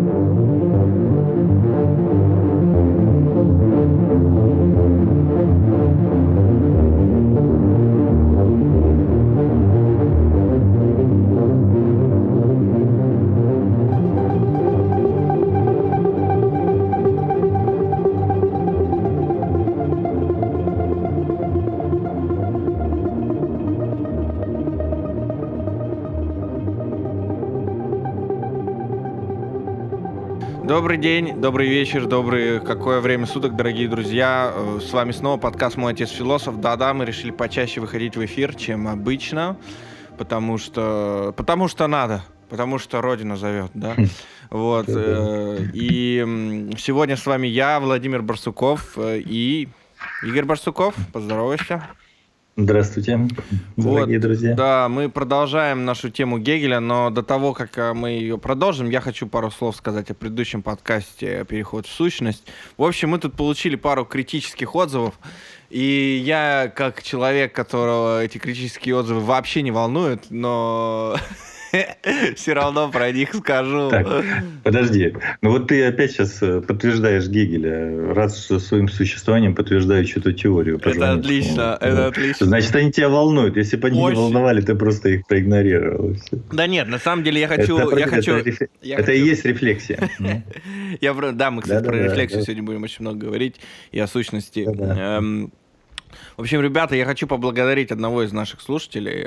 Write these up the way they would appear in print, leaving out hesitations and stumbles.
Добрый день, добрый вечер, какое время суток, дорогие друзья. С вами снова подкаст «Мой отец философ». Да-да, мы решили почаще выходить в эфир, чем обычно, потому что надо, потому что Родина зовет, да? Вот. И сегодня с вами я, Владимир Барсуков, и Игорь Барсуков. Поздоровайся. Здравствуйте, дорогие друзья. Да, мы продолжаем нашу тему Гегеля, но до того, как мы ее продолжим, я хочу пару слов сказать о предыдущем подкасте «Переход в сущность». В общем, мы тут получили пару критических отзывов, и я, как человек, которого эти критические отзывы вообще не волнуют, но все равно про них скажу. Так, подожди. Ну вот ты опять сейчас подтверждаешь Гегеля, раз своим существованием подтверждаешь эту теорию. Это отлично, это отлично. Значит, они тебя волнуют. Если бы они не волновали, ты просто их проигнорировал. Да нет, на самом деле я хочу... Это и есть рефлексия. Да, мы, кстати, про рефлексию сегодня будем очень много говорить и о сущности. В общем, ребята, я хочу поблагодарить одного из наших слушателей,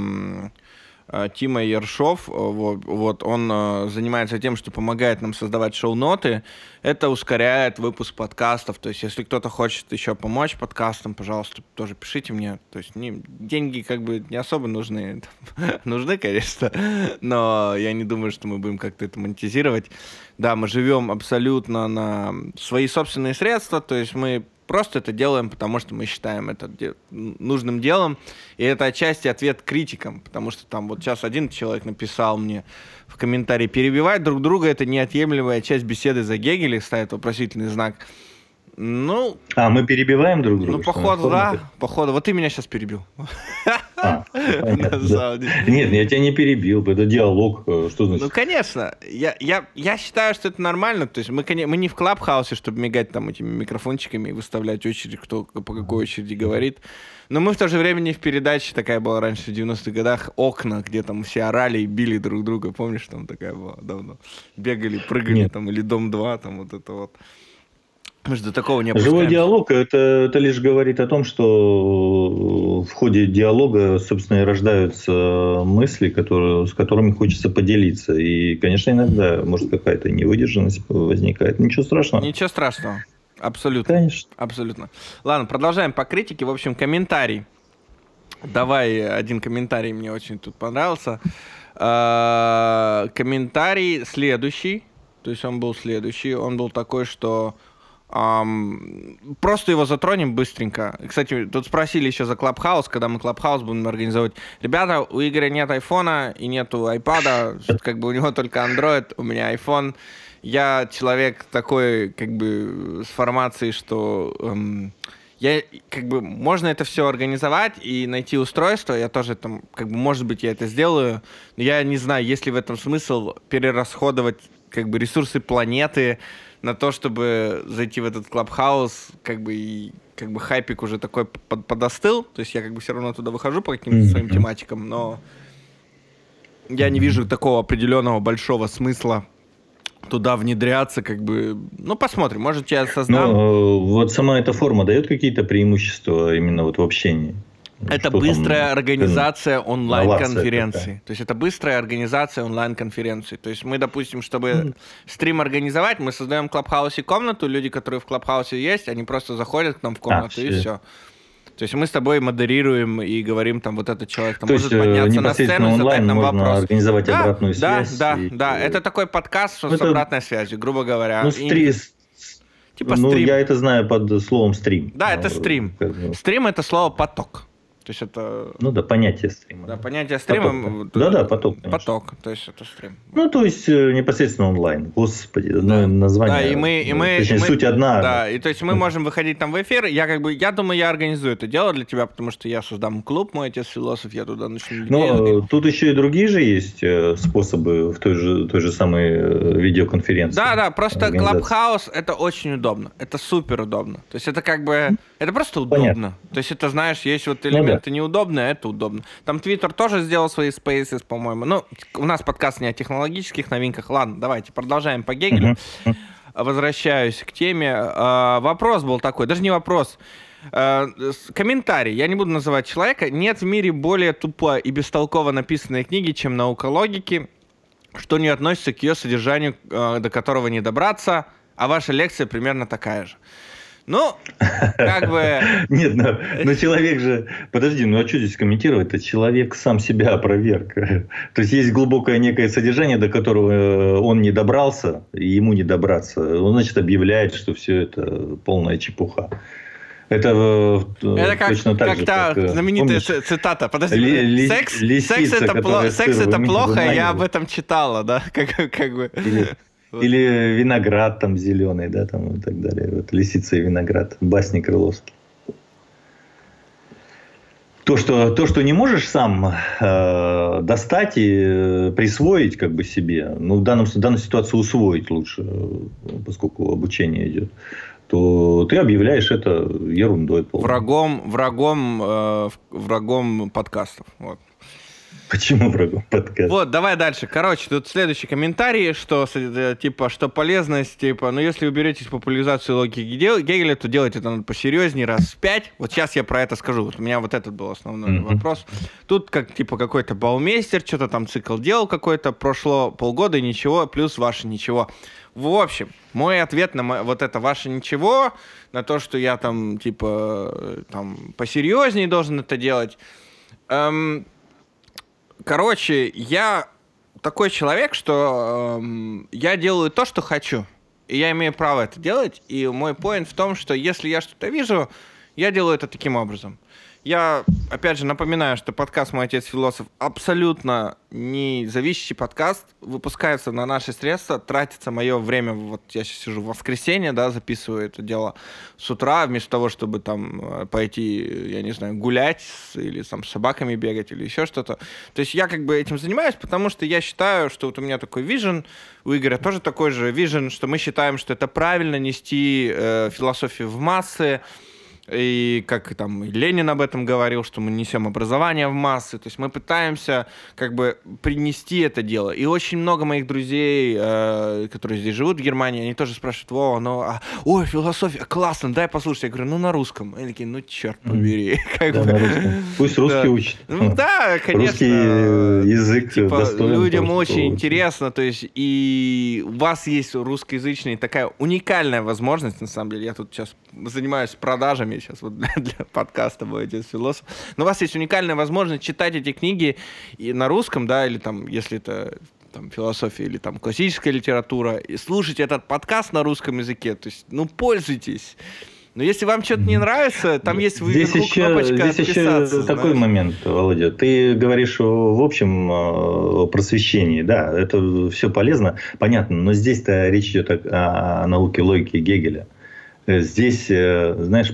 Тима Ершов. Вот, он занимается тем, что помогает нам создавать шоу-ноты. Это ускоряет выпуск подкастов. То есть, если кто-то хочет еще помочь подкастам, пожалуйста, тоже пишите мне. То есть, деньги как бы не особо нужны. Нужны, конечно, но я не думаю, что мы будем как-то это монетизировать. Да, мы живем абсолютно на свои собственные средства. То есть, мы просто это делаем, потому что мы считаем это нужным делом. И это отчасти ответ критикам, потому что там вот сейчас один человек написал мне в комментарии: перебивать друг друга — это неотъемлемая часть беседы за Гегеля, ставит вопросительный знак. Ну... мы перебиваем друг друга? Ну, походу, да. Походу. Вот ты меня сейчас перебил. Нет, я тебя не перебил. Это диалог. Что значит? Ну, конечно. Я считаю, что это нормально. То есть мы не в Клабхаусе, чтобы мигать там этими микрофончиками и выставлять очередь, кто по какой очереди говорит. Но мы в то же время не в передаче. Такая была раньше в 90-х годах. «Окна», где там все орали и били друг друга. Помнишь, там такая была давно? Бегали, прыгали там. Или «Дом-2», там вот это вот. Мы же до такого не опускаемся. Живой диалог это лишь говорит о том, что в ходе диалога, собственно, и рождаются мысли, с которыми хочется поделиться. И, конечно, иногда, может, какая-то невыдержанность возникает. Ничего страшного. Ничего страшного. Абсолютно. Конечно. Абсолютно. Ладно, продолжаем по критике. В общем, комментарий. Давай один комментарий, мне очень тут понравился. Комментарий следующий. То есть он был следующий. Он был такой, что... просто его затронем быстренько. Кстати, тут спросили еще за Clubhouse, когда мы Clubhouse будем организовывать. Ребята, у Игоря нет айфона и нету айпада, как бы у него только Android, у меня iPhone. Я человек такой, как бы, с формацией, что я, как бы, можно это все организовать и найти устройство. Я тоже там, как бы, может быть, я это сделаю. Но я не знаю, есть ли в этом смысл перерасходовать, как бы, ресурсы планеты на то, чтобы зайти в этот Клабхаус, как бы, и как бы хайпик уже такой подостыл. То есть я как бы все равно туда выхожу по каким-то своим тематикам, но я не вижу такого определенного большого смысла туда внедряться, как бы... Ну, посмотрим, может, я создам... Вот сама эта форма дает какие-то преимущества именно вот в общении? Это быстрая организация онлайн-конференции. То есть это быстрая организация онлайн-конференции. То есть мы, допустим, чтобы стрим организовать, мы создаем в Клабхаусе комнату, люди, которые в Клабхаусе есть, они просто заходят к нам в комнату и все. То есть мы с тобой модерируем и говорим, там, вот этот человек там может подняться на сцену и задать нам вопрос. Можно организовать обратную связь. Да. Это такой подкаст с обратной связью, грубо говоря. Ну, стрим. Я это знаю под словом стрим. Да, это стрим. Стрим — это слово «поток». То есть это... Ну да, понятие стрима. Да, понятие стрима... Да, поток. Конечно. Поток, то есть это стрим. Ну, то есть непосредственно онлайн. Господи, название... Да, точнее, суть одна. Да, и то есть мы можем выходить там в эфир. Я думаю, я организую это дело для тебя, потому что я создам клуб «Мой отец философ», я туда начну... Но тут еще и другие же есть способы в той же самой видеоконференции. Да, просто Clubhouse это очень удобно. Это супер удобно. То есть это как бы... Это просто удобно. Понятно. То есть это, знаешь, есть вот элементы неудобные, а это удобно. Там Twitter тоже сделал свои spaces, по-моему. Ну, у нас подкаст не о технологических новинках. Ладно, давайте продолжаем по Гегелю. Возвращаюсь к теме. Вопрос был такой, даже не вопрос. Комментарий. Я не буду называть человека. Нет в мире более тупо и бестолково написанной книги, чем «Наука логики», что не относится к ее содержанию, до которого не добраться, а ваша лекция примерно такая же. Ну, как бы... Нет, но человек же... Подожди, ну а что здесь комментировать-то? Человек сам себя опроверг. То есть есть глубокое некое содержание, до которого он не добрался, и ему не добраться. Он, значит, объявляет, что все это полная чепуха. Это точно так же, как знаменитая цитата. Подожди, секс это плохо, я об этом читала, да? Как бы... Или виноград там зеленый, да, там и так далее. Вот лисица и виноград, басни Крыловский. То, что не можешь сам достать и присвоить как бы себе, ну, в данной ситуации усвоить лучше, поскольку обучение идет, то ты объявляешь это ерундой полной. Врагом подкастов. Вот. Почему врагом подкаста? Вот, давай дальше. Короче, тут следующий комментарий, что типа, что полезность, типа, ну если вы беретесь популяризацию логики Гегеля, то делать это надо посерьезнее, раз в 5. Вот сейчас я про это скажу. Вот у меня вот этот был основной вопрос. Тут как типа какой-то Баумейстер, что-то там цикл делал какой-то, прошло полгода и ничего, плюс ваше ничего. В общем, мой ответ на вот это ваше ничего, на то, что я там, типа, там, посерьезнее должен это делать. Короче, я такой человек, что я делаю то, что хочу. И я имею право это делать. И мой поинт в том, что если я что-то вижу, я делаю это таким образом. Я, опять же, напоминаю, что подкаст «Мой отец философ» абсолютно не зависящий подкаст. Выпускается на наши средства, тратится мое время. Вот я сейчас сижу в воскресенье, да, записываю это дело с утра, вместо того, чтобы там пойти, я не знаю, гулять или там с собаками бегать или еще что-то. То есть я как бы этим занимаюсь, потому что я считаю, что вот у меня такой вижен, у Игоря тоже такой же вижен, что мы считаем, что это правильно нести философию в массы. И как там Ленин об этом говорил, что мы несем образование в массы, то есть мы пытаемся как бы принести это дело. И очень много моих друзей, которые здесь живут в Германии, они тоже спрашивают: ой, философия, классно, дай послушать. Я говорю, на русском. Они такие, черт побери. На русском. Пусть русский учат. Ну да, конечно. Русский язык достоин. Людям очень интересно, то есть и у вас есть русскоязычная такая уникальная возможность, на самом деле. Я тут сейчас занимаюсь продажами сейчас вот для подкаста «Мой отец философ». Но у вас есть уникальная возможность читать эти книги и на русском, да, или там, если это там, философия или там классическая литература, и слушать этот подкаст на русском языке. То есть, пользуйтесь. Но если вам что-то не нравится, там есть вверху кнопочка «Отписаться». Здесь еще такой момент, Володя. Ты говоришь в общем о просвещении. Да, это все полезно, понятно. Но здесь-то речь идет о науке логики Гегеля. Здесь, знаешь,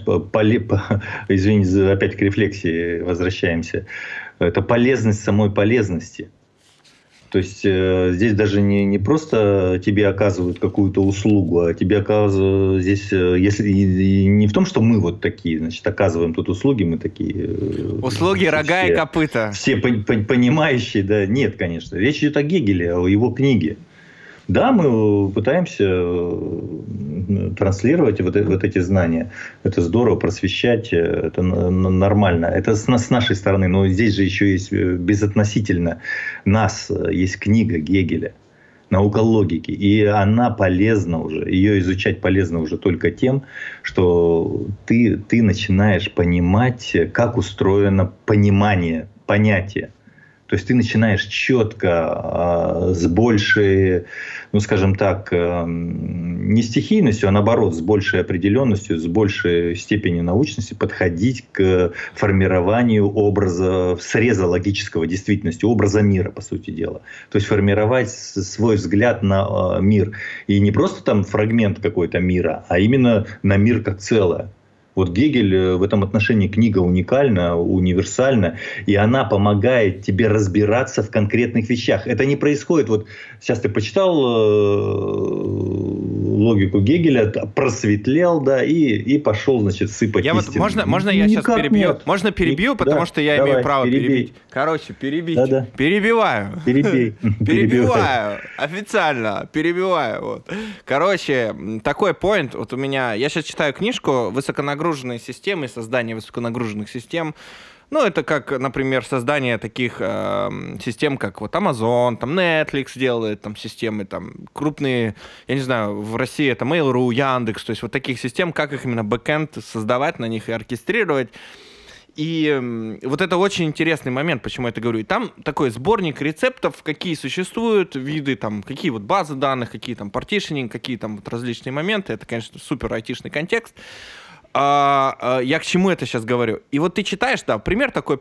извини, опять к рефлексии возвращаемся. Это полезность самой полезности. То есть здесь даже не просто тебе оказывают какую-то услугу, а тебе оказывают здесь, если не в том, что мы вот такие, значит, оказываем тут услуги, мы такие. Услуги, рога и копыта. Все понимающие, да, нет, конечно. Речь идет о Гегеле, о его книге. Да, мы пытаемся транслировать вот эти знания. Это здорово, просвещать, это нормально. Это с нашей стороны. Но здесь же еще есть безотносительно нас, есть книга Гегеля «Наука логики». И она полезна уже. Ее изучать полезно уже только тем, что ты начинаешь понимать, как устроено понимание, понятие. То То есть ты начинаешь четко, с большей, ну скажем так, не стихийностью, а наоборот, с большей определенностью, с большей степенью научности подходить к формированию образа, среза логического действительности, образа мира, по сути дела. То есть формировать свой взгляд на мир. И не просто там фрагмент какой-то мира, а именно на мир как целое. Вот Гегель в этом отношении книга уникальна, универсальна, и она помогает тебе разбираться в конкретных вещах. Это не происходит. Вот сейчас ты почитал логику Гегеля, просветлел, да, и пошел, значит, сыпать истину. Можно я сейчас перебью? Нет. Можно перебью, потому что я имею право перебить. Короче, перебить. Да. Перебиваю. Перебей. Перебиваю. Официально. Перебиваю. Вот. Короче, такой поинт. Вот у меня... Я сейчас читаю книжку «Высоконагруженные системы», создание высоконагруженных систем. Ну, это как, например, создание таких систем, как вот Amazon, там Netflix делает, там системы, там крупные, я не знаю, в России это Mail.ru, Яндекс, то есть вот таких систем, как их именно бэкэнд создавать на них и оркестрировать. И вот это очень интересный момент, почему я это говорю. И там такой сборник рецептов, какие существуют, виды, там, какие вот базы данных, какие там партишенинг, какие там вот различные моменты. Это, конечно, супер айтишный контекст. Я к чему это сейчас говорю? И вот ты читаешь, да, пример такой,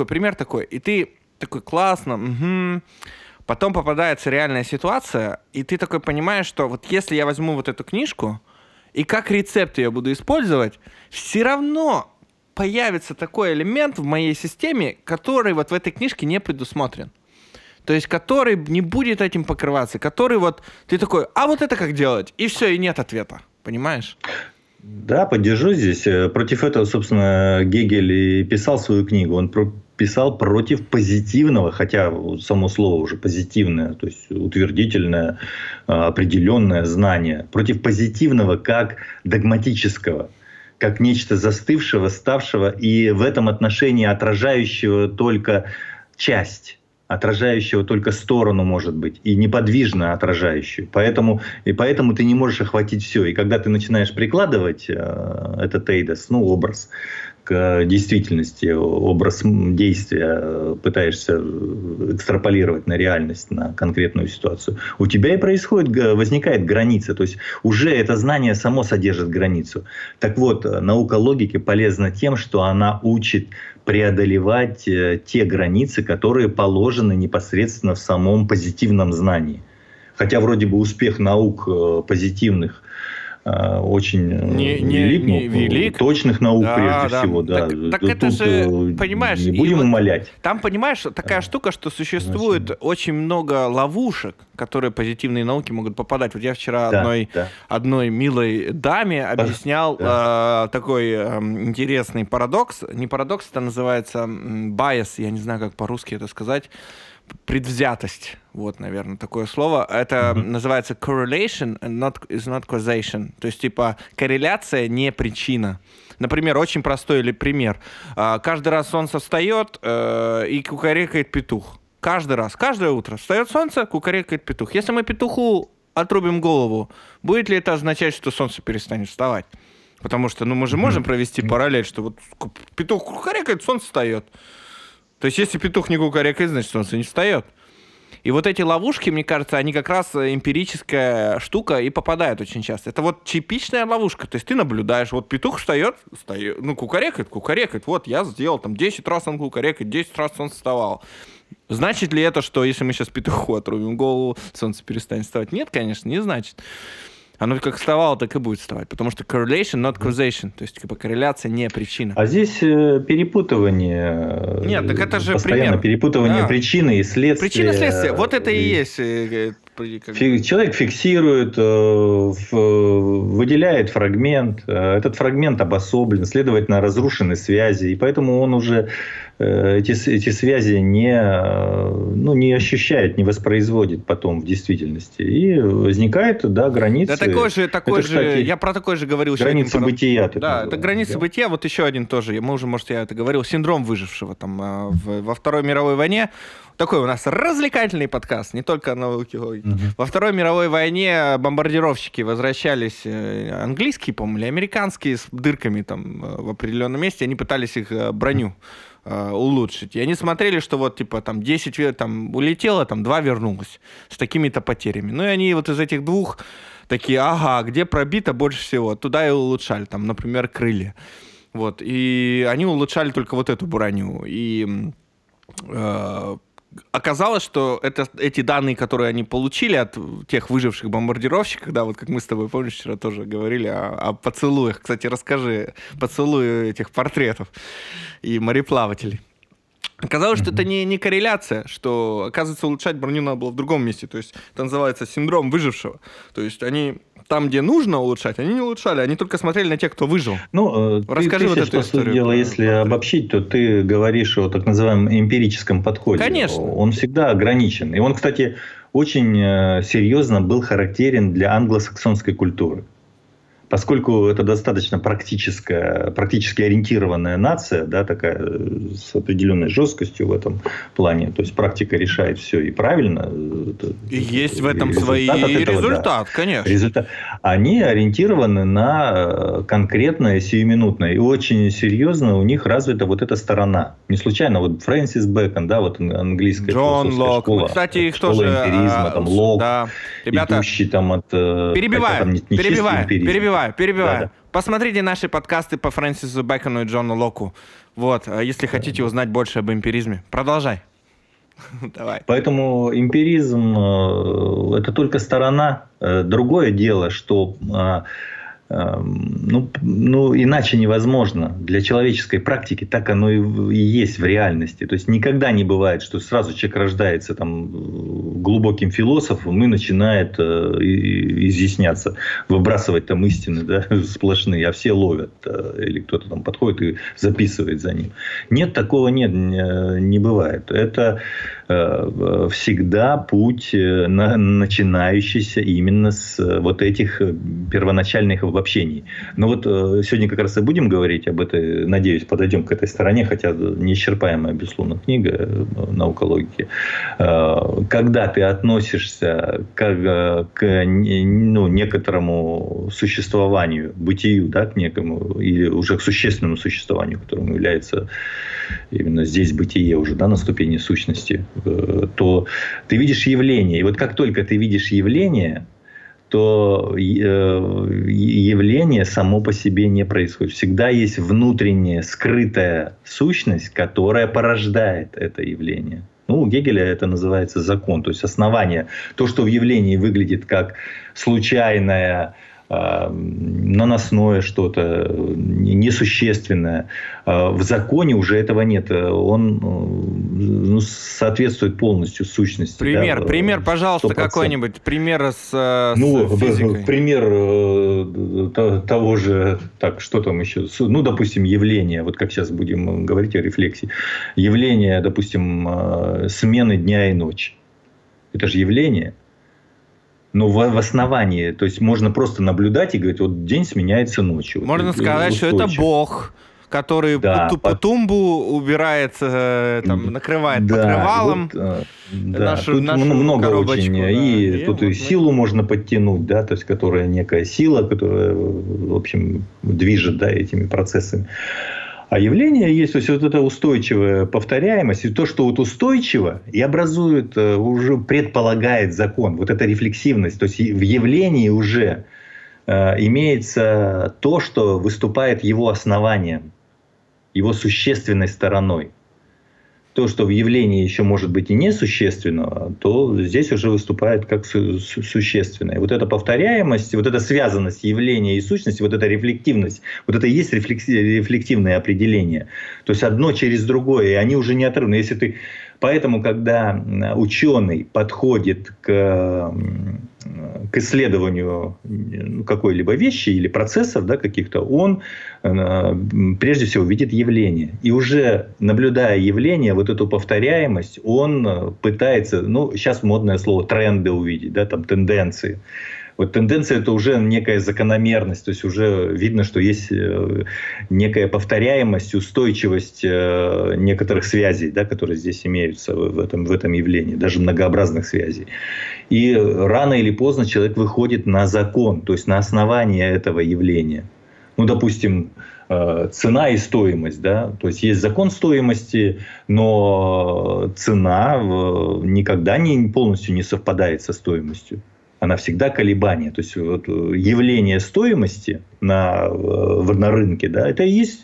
и ты такой, классно, угу. Потом попадается реальная ситуация, и ты такой понимаешь, что вот если я возьму вот эту книжку, и как рецепт ее буду использовать, все равно появится такой элемент в моей системе, который вот в этой книжке не предусмотрен. То есть, который не будет этим покрываться, который вот, ты такой, а вот это как делать? И все, и нет ответа, понимаешь? Да, поддержу здесь. Против этого, собственно, Гегель и писал свою книгу. Он писал против позитивного, хотя само слово уже позитивное, то есть утвердительное, определенное знание. Против позитивного как догматического, как нечто застывшего, ставшего и в этом отношении отражающего только часть. Отражающего только сторону, может быть, и неподвижно отражающую. Поэтому ты не можешь охватить все. И когда ты начинаешь прикладывать этот эйдос, ну, образ к действительности, образ действия, пытаешься экстраполировать на реальность, на конкретную ситуацию, у тебя и возникает граница. То есть уже это знание само содержит границу. Так вот, наука логики полезна тем, что она учит преодолевать те границы, которые положены непосредственно в самом позитивном знании. Хотя вроде бы успех наук позитивных очень велик, точных наук прежде всего. Да. Так это же, понимаешь... Не будем умалять. Там, понимаешь, такая штука, что существует очень много ловушек, которые позитивные науки могут попадать. Вот я вчера одной милой даме объяснял такой интересный парадокс. Не парадокс, это называется bias, я не знаю, как по-русски это сказать. Предвзятость, вот, наверное, такое слово. Это называется correlation is not causation. То есть, типа, корреляция не причина. Например, очень простой пример. Каждый раз солнце встает и кукарекает петух. Каждый раз, каждое утро встает солнце, кукарекает петух. Если мы петуху отрубим голову, будет ли это означать, что солнце перестанет вставать? Потому что, мы же можем провести параллель, что вот петух кукарекает, солнце встает. То есть, если петух не кукарекает, значит, солнце не встает. И вот эти ловушки, мне кажется, они как раз эмпирическая штука и попадают очень часто. Это вот типичная ловушка. То есть, ты наблюдаешь, вот петух встает, кукарекает. Вот, я сделал, там, 10 раз он кукарекает, 10 раз он вставал. Значит ли это, что если мы сейчас петуху отрубим голову, солнце перестанет вставать? Нет, конечно, не значит. Оно как вставало, так и будет вставать. Потому что correlation, not causation. То есть, корреляция не причина. А здесь перепутывание. Нет, так это же постоянно пример. Перепутывание причины и следствия. Причина и следствие. Вот это и есть. Человек фиксирует, выделяет фрагмент. Этот фрагмент обособлен, следовательно, разрушены связи. И поэтому он уже эти связи не ощущает, не воспроизводит потом в действительности. И возникает, границы. Да, такой же, кстати, я про такой же говорил. Границы бытия. Да, это границы бытия. Вот еще один тоже. Мы уже, может, я это говорил. Синдром выжившего там во Второй мировой войне. Такой у нас развлекательный подкаст, не только науки логики. Во Второй мировой войне бомбардировщики возвращались, английские, по-моему, или американские, с дырками там в определенном месте. Они пытались их броню улучшить. И они смотрели, что вот, типа, там, 10 там, улетело, там, 2 вернулось с такими-то потерями. Ну, и они вот из этих 2 такие, ага, где пробито больше всего, туда и улучшали, там, например, крылья. Вот, и они улучшали только вот эту броню. И оказалось, что эти данные, которые они получили от тех выживших бомбардировщиков, да, вот как мы с тобой, помнишь, вчера тоже говорили о поцелуях. Кстати, расскажи поцелуи этих портретов и мореплавателей. Оказалось, что это не корреляция, что, оказывается, улучшать броню надо было в другом месте. То есть это называется синдром выжившего. То есть они там, где нужно улучшать, они не улучшали, они только смотрели на тех, кто выжил. Ну, расскажи вот эту историю. Дело, если обобщить, то ты говоришь о так называемом эмпирическом подходе. Конечно. Он всегда ограничен. И он, кстати, очень серьезно был характерен для англосаксонской культуры. Поскольку это достаточно практически ориентированная нация, да, такая с определенной жесткостью в этом плане, то есть практика решает все и правильно. И есть в этом свои результат, да, конечно. Они ориентированы на конкретное, сиюминутное. И очень серьезно у них развита вот эта сторона. Не случайно вот Фрэнсис Бэкон, да, вот английская Джон Лок. школа. Кстати, их школа тоже... эмпиризма, там Лок, да. Ребята, идущий там от... Перебиваю. Да. Посмотрите наши подкасты по Фрэнсису Бэкону и Джону Локу. Вот, если хотите узнать больше об эмпиризме. Продолжай. Давай. Поэтому эмпиризм это только сторона. Другое дело, что иначе невозможно. Для человеческой практики так оно и есть в реальности. То есть никогда не бывает, что сразу человек рождается там глубоким философом и начинает изъясняться, выбрасывать там истины, да, сплошные, а все ловят. Или кто-то там подходит и записывает за ним. Нет, такого нет, не бывает. Это всегда путь, начинающийся именно с вот этих первоначальных обобщений. Но вот сегодня как раз и будем говорить об этой, надеюсь, подойдем к этой стороне, хотя неисчерпаемая, безусловно, книга «Наука логики». Когда ты относишься к некоторому существованию, бытию, да, к некому, или уже к существенному существованию, которым является именно здесь бытие уже, да, на ступени сущности, то ты видишь явление. И вот как только ты видишь явление, то явление само по себе не происходит. Всегда есть внутренняя, скрытая сущность, которая порождает это явление. Ну, у Гегеля это называется закон, то есть основание. То, что в явлении выглядит как случайное, наносное что-то, несущественное. В законе уже этого нет. Он соответствует полностью сущности. Пример, пожалуйста, 100%. Какой-нибудь. Пример с физикой. Пример того же, так, что там еще? Ну, допустим, явление, вот как сейчас будем говорить о рефлексии. Явление, допустим, смены дня и ночи. Это же явление. Но в основании, то есть можно просто наблюдать и говорить, вот день сменяется ночью. Можно сказать, что это Бог, который по тумбу убирает, там, накрывает покрывалом. Нашу много очень. Да. И тут и силу можно подтянуть, да, то есть которая некая сила, которая, в общем, движет, да, этими процессами. А явление есть, то есть вот эта устойчивая повторяемость, и то, что вот устойчиво, и образует, уже предполагает закон, вот эта рефлексивность, то есть в явлении уже имеется то, что выступает его основанием, его существенной стороной. То, что в явлении еще может быть и несущественно, то здесь уже выступает как существенное. Вот эта повторяемость, вот эта связанность явления и сущности, вот эта рефлективность, вот это и есть рефлективное определение. То есть одно через другое, и они уже неотрывны. Если ты... Поэтому, когда ученый подходит к исследованию какой-либо вещи или процессов, да, каких-то, он прежде всего видит явление. И уже наблюдая явление, вот эту повторяемость, он пытается, ну, сейчас модное слово, тренды увидеть, да, там, тенденции. Вот тенденция — это уже некая закономерность, то есть уже видно, что есть некая повторяемость, устойчивость некоторых связей, да, которые здесь имеются в этом явлении, даже многообразных связей. И рано или поздно человек выходит на закон, то есть на основание этого явления. Ну, допустим, цена и стоимость, да, то есть есть закон стоимости, но цена никогда полностью не совпадает со стоимостью. Она всегда колебание. То есть вот, явление стоимости на рынке, да, это и есть,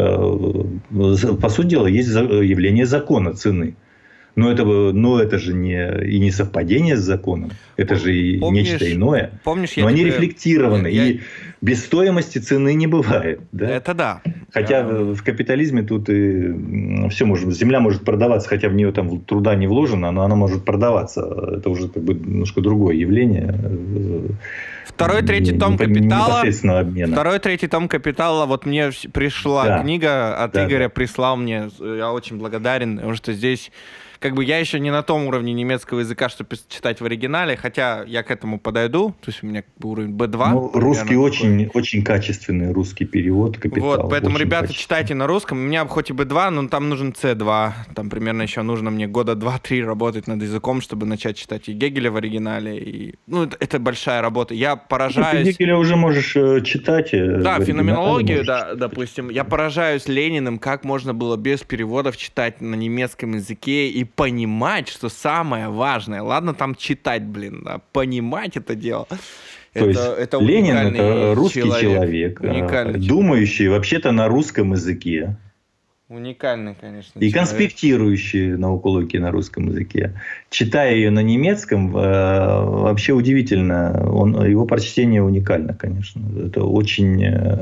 по сути дела, есть явление закона цены. Но это же не совпадение с законом. Это же нечто иное. Помнишь, но они рефлектированы. И без стоимости цены не бывает. Да? Это да. Хотя в капитализме тут и все может. Земля может продаваться, хотя в нее там труда не вложено, но она может продаваться. Это уже как бы немножко другое явление. Второй, третий том «Капитала». Обмена. Второй, третий том «Капитала». Вот мне пришла книга от Игоря, прислал мне. Я очень благодарен, потому что здесь... Как бы я еще не на том уровне немецкого языка, чтобы читать в оригинале, хотя я к этому подойду. То есть у меня как бы уровень B2. Ну, русский очень качественный русский перевод «Капитал». Вот, поэтому, ребята, читайте на русском. У меня хоть и B2, но там нужен C2. Там примерно еще нужно мне года 2-3 работать над языком, чтобы начать читать и Гегеля в оригинале. И... Ну, это большая работа. Я поражаюсь... Ты Гегеля уже можешь читать. Да, феноменологию, да, допустим. Я поражаюсь Лениным, как можно было без переводов читать на немецком языке и понимать, что самое важное. Ладно там читать, блин, а понимать это дело. То есть Ленин — это русский человек думающий вообще-то на русском языке. Уникальный, конечно. И конспектирующий науку логики на русском языке. Читая ее на немецком, вообще удивительно. Его прочтение уникально, конечно. Это очень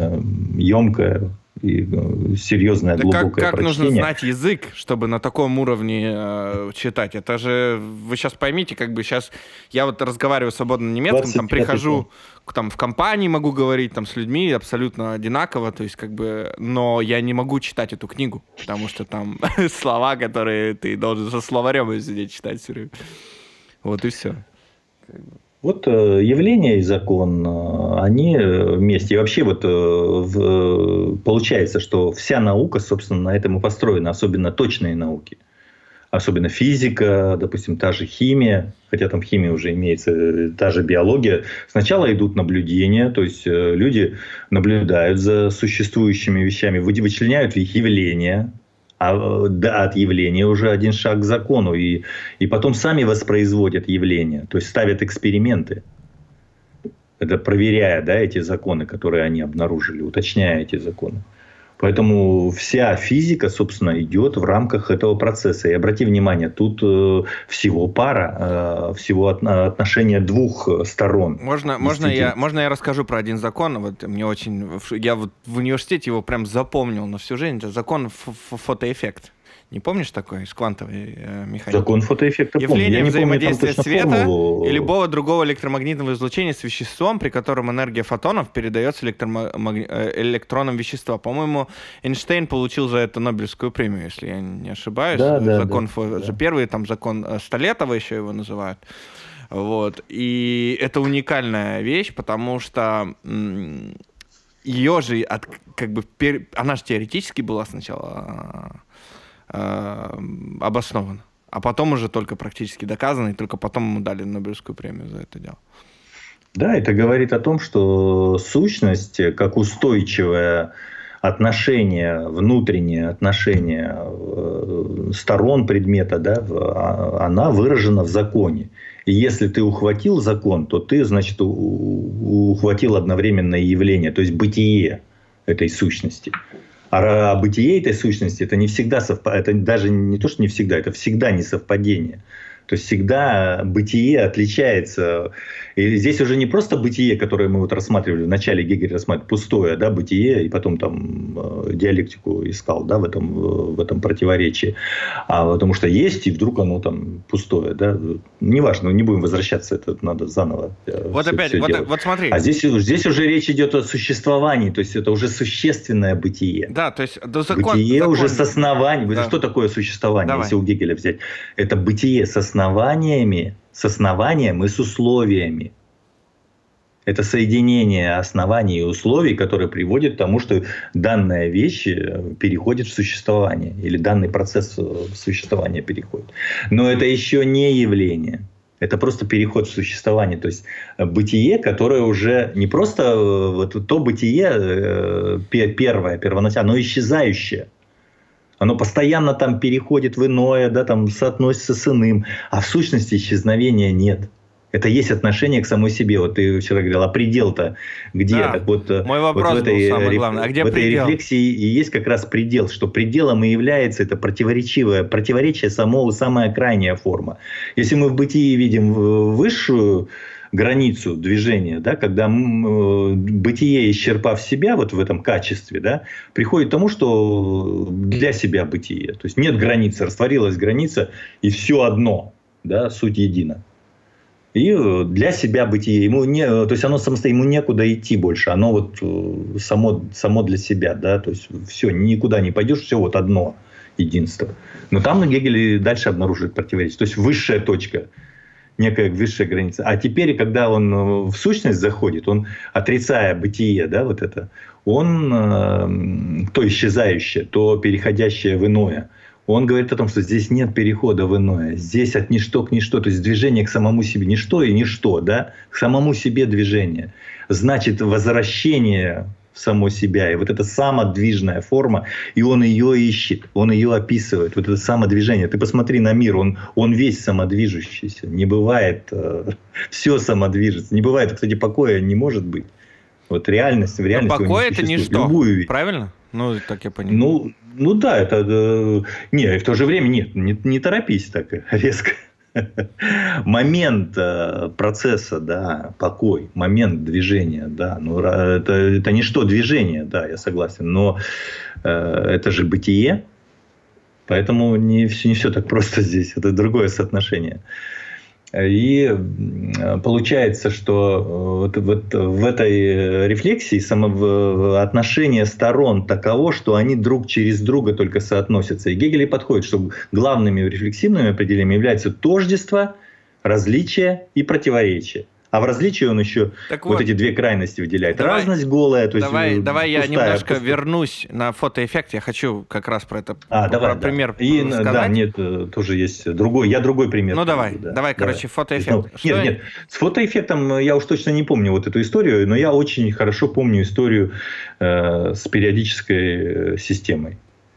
емкое и серьезное, глубокое как прочтение. Нужно знать язык, чтобы на таком уровне читать? Это же, вы сейчас поймите, как бы сейчас я вот разговариваю свободно на немецком, там прихожу там, в компании, могу говорить там, с людьми абсолютно одинаково, то есть как бы, но я не могу читать эту книгу, потому что там слова, которые ты должен со словарем сидеть читать все время. Вот и все. Вот явление и закон, они вместе. И вообще вот получается, что вся наука, собственно, на этом и построена. Особенно точные науки. Особенно физика, допустим, та же химия. Хотя там в химии уже имеется та же биология. Сначала идут наблюдения. То есть люди наблюдают за существующими вещами. Вычленяют их явления. А от явления уже один шаг к закону. И потом сами воспроизводят явления. То есть ставят эксперименты. Это проверяя, да, эти законы, которые они обнаружили. Уточняя эти законы. Поэтому вся физика, собственно, идет в рамках этого процесса. И обрати внимание, тут всего пара, всего отношения двух сторон. Можно я расскажу про один закон? Вот мне я вот в университете его прям запомнил на всю жизнь. Это закон фотоэффект. Не помнишь такой из квантовой механики? Закон фотоэффекта помню. Явление взаимодействия света и любого другого электромагнитного излучения с веществом, при котором энергия фотонов передается электронам вещества. По-моему, Эйнштейн получил за это Нобелевскую премию, если я не ошибаюсь. Да, первый там закон Столетова еще его называют. Вот. И это уникальная вещь, потому что ее же она же теоретически была сначала обоснован. А потом уже только практически доказано, и только потом ему дали Нобелевскую премию за это дело. Да, это говорит о том, что сущность, как устойчивое отношение, внутреннее отношение сторон предмета, да, она выражена в законе. И если ты ухватил закон, то ты, значит, ухватил одновременное явление, то есть бытие этой сущности. А бытие этой сущности — это не всегда совпадение. Это даже не то, что не всегда, это всегда не совпадение. То есть всегда бытие отличается. И здесь уже не просто бытие, которое мы вот рассматривали в начале, Гегель рассматривал пустое, да, бытие, и потом там диалектику искал, да, в этом противоречии. Потому что есть, и вдруг оно там пустое, да. Неважно, не будем возвращаться, это надо заново. Вот опять, вот смотри. А здесь уже речь идет о существовании, то есть это уже существенное бытие. Да, то есть бытие уже с основанием. Да. Что такое существование, Давай. Если у Гегеля взять? Это бытие с основанием и с условиями. Это соединение оснований и условий, которые приводят к тому, что данная вещь переходит в существование. Или данный процесс существования переходит. Но это еще не явление. Это просто переход в существование. То есть бытие, которое уже не просто вот то бытие первое, первоначальное, оно исчезающее. Оно постоянно там переходит в иное, да, там соотносится с иным. А в сущности исчезновения нет. Это есть отношение к самой себе. Вот ты вчера говорил, а предел-то где? Да, так вот, мой вопрос вот в этой, был самый главный. А где в этой предел? рефлексии и есть как раз предел, что пределом и является это противоречие самая крайняя форма. Если мы в бытии видим высшую границу движения, да, когда бытие, исчерпав себя вот в этом качестве, да, приходит к тому, что для себя бытие. То есть нет границы, растворилась граница, и все одно, да, суть едина. И для себя бытие, то есть оно самостоятельно, ему некуда идти больше, оно вот само для себя, да, то есть все, никуда не пойдешь, все вот одно единство. Но там Гегель дальше обнаруживает противоречие, то есть высшая точка, некая высшая граница. А теперь, когда он в сущность заходит, он, отрицая бытие, да, вот это, он то исчезающее, то переходящее в иное. Он говорит о том, что здесь нет перехода в иное. Здесь от ничто к ничто. То есть движение к самому себе. Ничто и ничто. Да? К самому себе движение. Значит, возвращение в само себя. И вот эта самодвижная форма. И он ее ищет. Он ее описывает. Вот это самодвижение. Ты посмотри на мир. Он весь самодвижущийся. Не бывает все самодвижется. Не бывает, кстати, покоя не может быть. Вот в реальности покой это ничто. Любую... Правильно? Ну, так я понимаю. Ну да, это... Не, в то же время нет, не торопись так резко. Момент процесса, да, покой, момент движения, да, ну, это ничто движение, да, я согласен, но это же бытие, поэтому не все так просто здесь, это другое соотношение. И получается, что вот в этой рефлексии отношение сторон таково, что они друг через друга только соотносятся. И Гегель и подходит, что главными рефлексивными определениями являются тождество, различие и противоречие. А в различии он еще вот эти две крайности выделяет. Разность голая. То есть давай я немножко вернусь на фотоэффект. Я хочу как раз про это пример сказать. Да, нет, тоже есть другой. Я другой пример. Ну давай, короче, фотоэффект. Нет, с фотоэффектом я уж точно не помню вот эту историю, но я очень хорошо помню историю с периодической системой.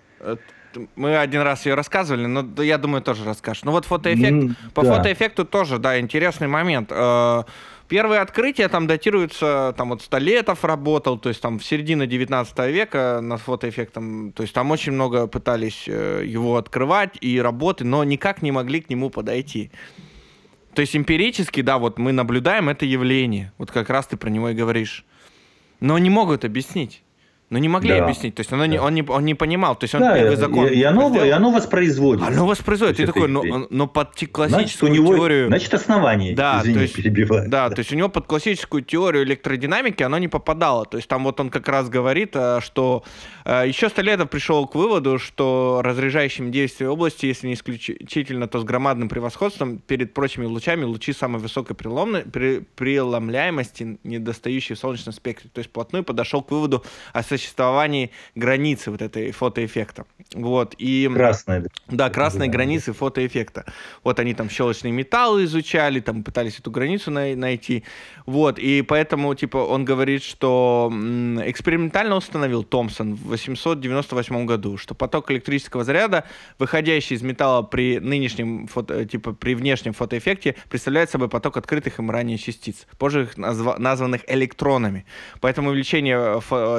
Мы один раз ее рассказывали, но я думаю, тоже расскажешь. Ну вот фотоэффект, фотоэффекту тоже, да, интересный момент. Первые открытия там датируются, там вот Столетов работал, то есть там в середине 19 века над фотоэффектом, то есть там очень много пытались его открывать и работы, но никак не могли к нему подойти. То есть эмпирически, да, вот мы наблюдаем это явление, вот как раз ты про него и говоришь, но не могут объяснить. Но не могли объяснить, то есть он не понимал, то есть он первый закон. И оно воспроизводит. Оно воспроизводит. Ты такой, но под классическую теорию... Значит, основание, перебиваю. Да, то есть у него под классическую теорию электродинамики оно не попадало. То есть там вот он как раз говорит, что еще Столетов пришел к выводу, что разряжающим действие области, если не исключительно, то с громадным превосходством перед прочими лучами лучи самой высокой преломляемости, недостающие в солнечном спектре. То есть вплотную подошел к выводу о существовании границы вот этой фотоэффекта. Вот. И, красной границы фотоэффекта. Вот они там щелочные металлы изучали, там пытались эту границу найти. Вот. И поэтому, типа, он говорит, что экспериментально установил Томпсон в 898 году, что поток электрического заряда, выходящий из металла при нынешнем, при внешнем фотоэффекте, представляет собой поток открытых им ранее частиц, позже их названных электронами. Поэтому увеличение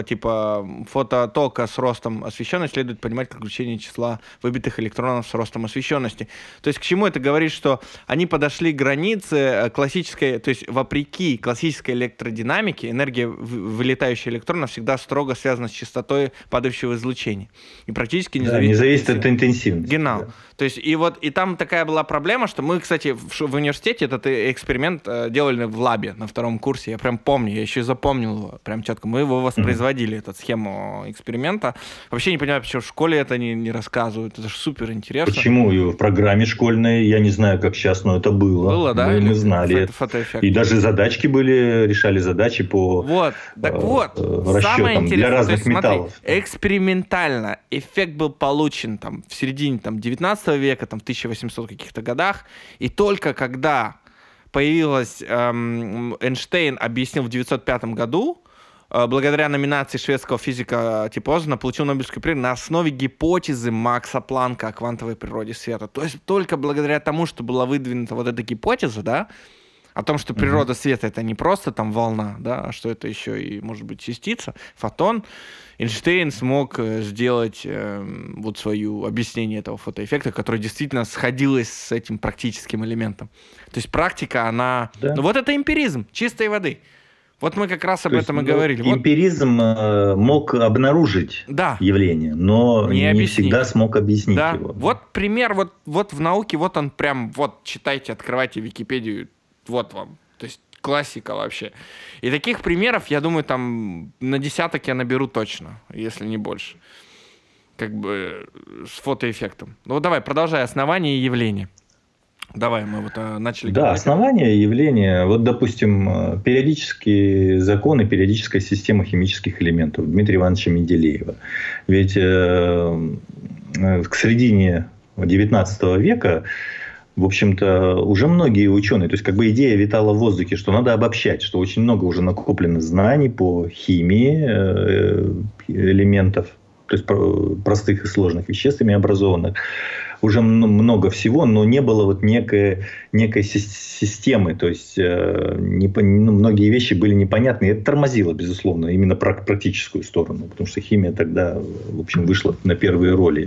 фототока с ростом освещенности следует понимать как увеличение числа выбитых электронов с ростом освещенности. То есть к чему это говорит, что они подошли к границе классической, то есть вопреки классической электродинамике, энергия вылетающих электронов всегда строго связана с частотой падающего излучения. И практически не зависит от интенсивности. Genau. Да. То есть и там такая была проблема, что мы, кстати, в университете этот эксперимент делали в лабе на 2 курсе. Я прям помню, я еще и запомнил его прям четко. Мы его воспроизводили, эту схему эксперимента. Вообще не понимаю, почему в школе это не рассказывают. Это же супер интересно. Почему? И в программе школьной, я не знаю, как сейчас, но это было. Было, да? Мы знали. И даже задачки решали задачи по расчетам самое интересное, для разных металлов. Экспериментально эффект был получен там, в середине 19 века, в 1800 каких-то годах. И только когда появилась... Эйнштейн объяснил в 1905 году, благодаря номинации шведского физика Типозена, получил Нобелевскую премию на основе гипотезы Макса Планка о квантовой природе света. То есть только благодаря тому, что была выдвинута вот эта гипотеза, да, о том, что природа света — это не просто там волна, да, а что это еще и, может быть, частица, фотон, Эйнштейн смог сделать вот свое объяснение этого фотоэффекта, которое действительно сходилось с этим практическим элементом. То есть практика, она... Да. Ну вот это эмпиризм чистой воды. Вот мы как раз об этом и есть, говорили. Эмпиризм мог обнаружить явление, но не всегда смог объяснить его. Вот пример, вот в науке, вот он прям, вот читайте, открывайте Википедию, вот вам. То есть классика вообще. И таких примеров, я думаю, там на десяток я наберу точно, если не больше. Как бы с фотоэффектом. Ну давай, продолжай основания и явления. Давай, мы вот начали говорить. Да, основания и явления. Вот, допустим, периодические законы, периодическая система химических элементов Дмитрия Ивановича Менделеева. Ведь к середине XIX века, в общем-то, уже многие ученые, то есть как бы идея витала в воздухе, что надо обобщать, что очень много уже накоплено знаний по химии элементов, то есть простых и сложных веществ, ими образованных. Уже много всего, но не было вот некой системы. То есть многие вещи были непонятны. И это тормозило, безусловно, именно практическую сторону. Потому что химия тогда, в общем, вышла на первые роли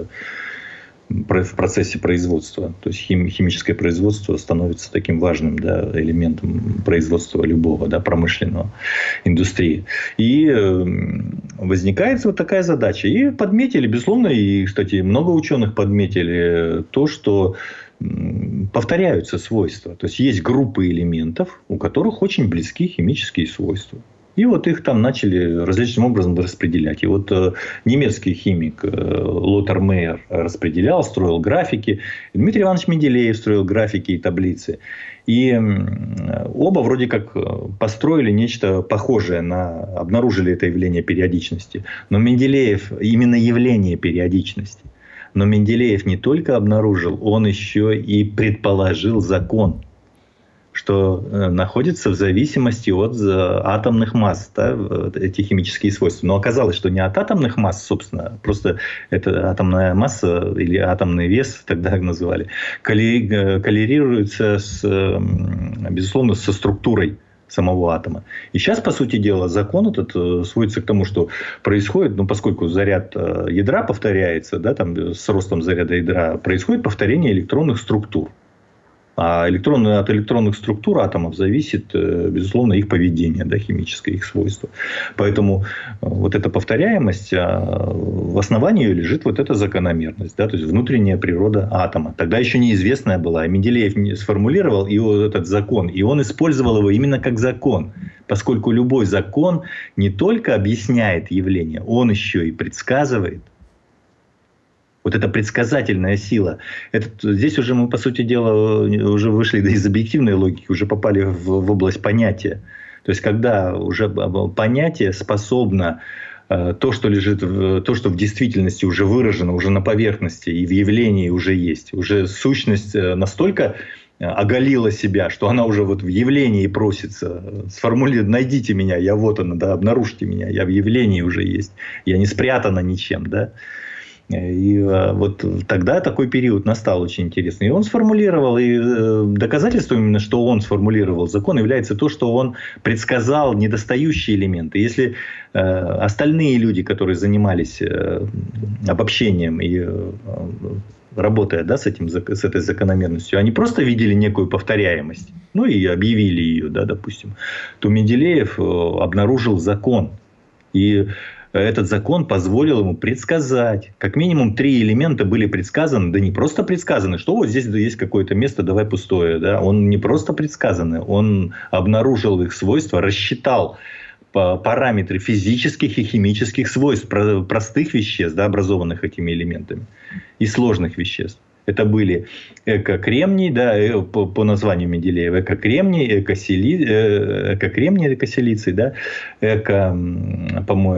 в процессе производства. То есть химическое производство становится таким важным, да, элементом производства любого, да, промышленного индустрии. И возникает вот такая задача. И подметили, безусловно, и, кстати, много ученых подметили то, что повторяются свойства. То есть есть группы элементов, у которых очень близки химические свойства. И вот их там начали различным образом распределять. И вот немецкий химик Лотар Мейер распределял, строил графики. Дмитрий Иванович Менделеев строил графики и таблицы. И оба вроде как построили нечто похожее обнаружили это явление периодичности. Но Менделеев именно явление периодичности. Но Менделеев не только обнаружил, он еще и предположил закон, что находится в зависимости от атомных масс, да, эти химические свойства. Но оказалось, что не от атомных масс, собственно, просто это атомная масса или атомный вес, тогда называли, коррелируется, безусловно, со структурой самого атома. И сейчас, по сути дела, закон этот сводится к тому, что происходит, поскольку заряд ядра повторяется, да, там, с ростом заряда ядра, происходит повторение электронных структур. А от электронных структур атомов зависит, безусловно, их поведение, да, химическое, их свойство. Поэтому вот эта повторяемость, в основании ее лежит вот эта закономерность, да, то есть внутренняя природа атома. Тогда еще неизвестная была. Менделеев сформулировал этот закон, и он использовал его именно как закон. Поскольку любой закон не только объясняет явление, он еще и предсказывает. Вот эта предсказательная сила. Здесь уже мы, по сути дела, уже вышли из объективной логики, уже попали в область понятия. То есть, когда уже понятие способно то, что в действительности уже выражено, уже на поверхности и в явлении уже есть. Уже сущность настолько оголила себя, что она уже вот в явлении просится. Найдите меня, я вот она, да, обнаружьте меня, я в явлении уже есть. Я не спрятана ничем, да. И вот тогда такой период настал очень интересный. И он сформулировал, и доказательством именно, что он сформулировал закон, является то, что он предсказал недостающие элементы. Если остальные люди, которые занимались обобщением и работая, да, с этой закономерностью, они просто видели некую повторяемость, и объявили ее, да, допустим, то Менделеев обнаружил закон. И этот закон позволил ему предсказать. Как минимум 3 элемента были предсказаны. Да не просто предсказаны, что вот здесь есть какое-то место, давай пустое. Да? Он не просто предсказаны. Он обнаружил их свойства, рассчитал параметры физических и химических свойств простых веществ, да, образованных этими элементами, и сложных веществ. Это были эко-кремний, да, по названию Менделеева, эко-кремний, эко-кремний, эко-силиций, да,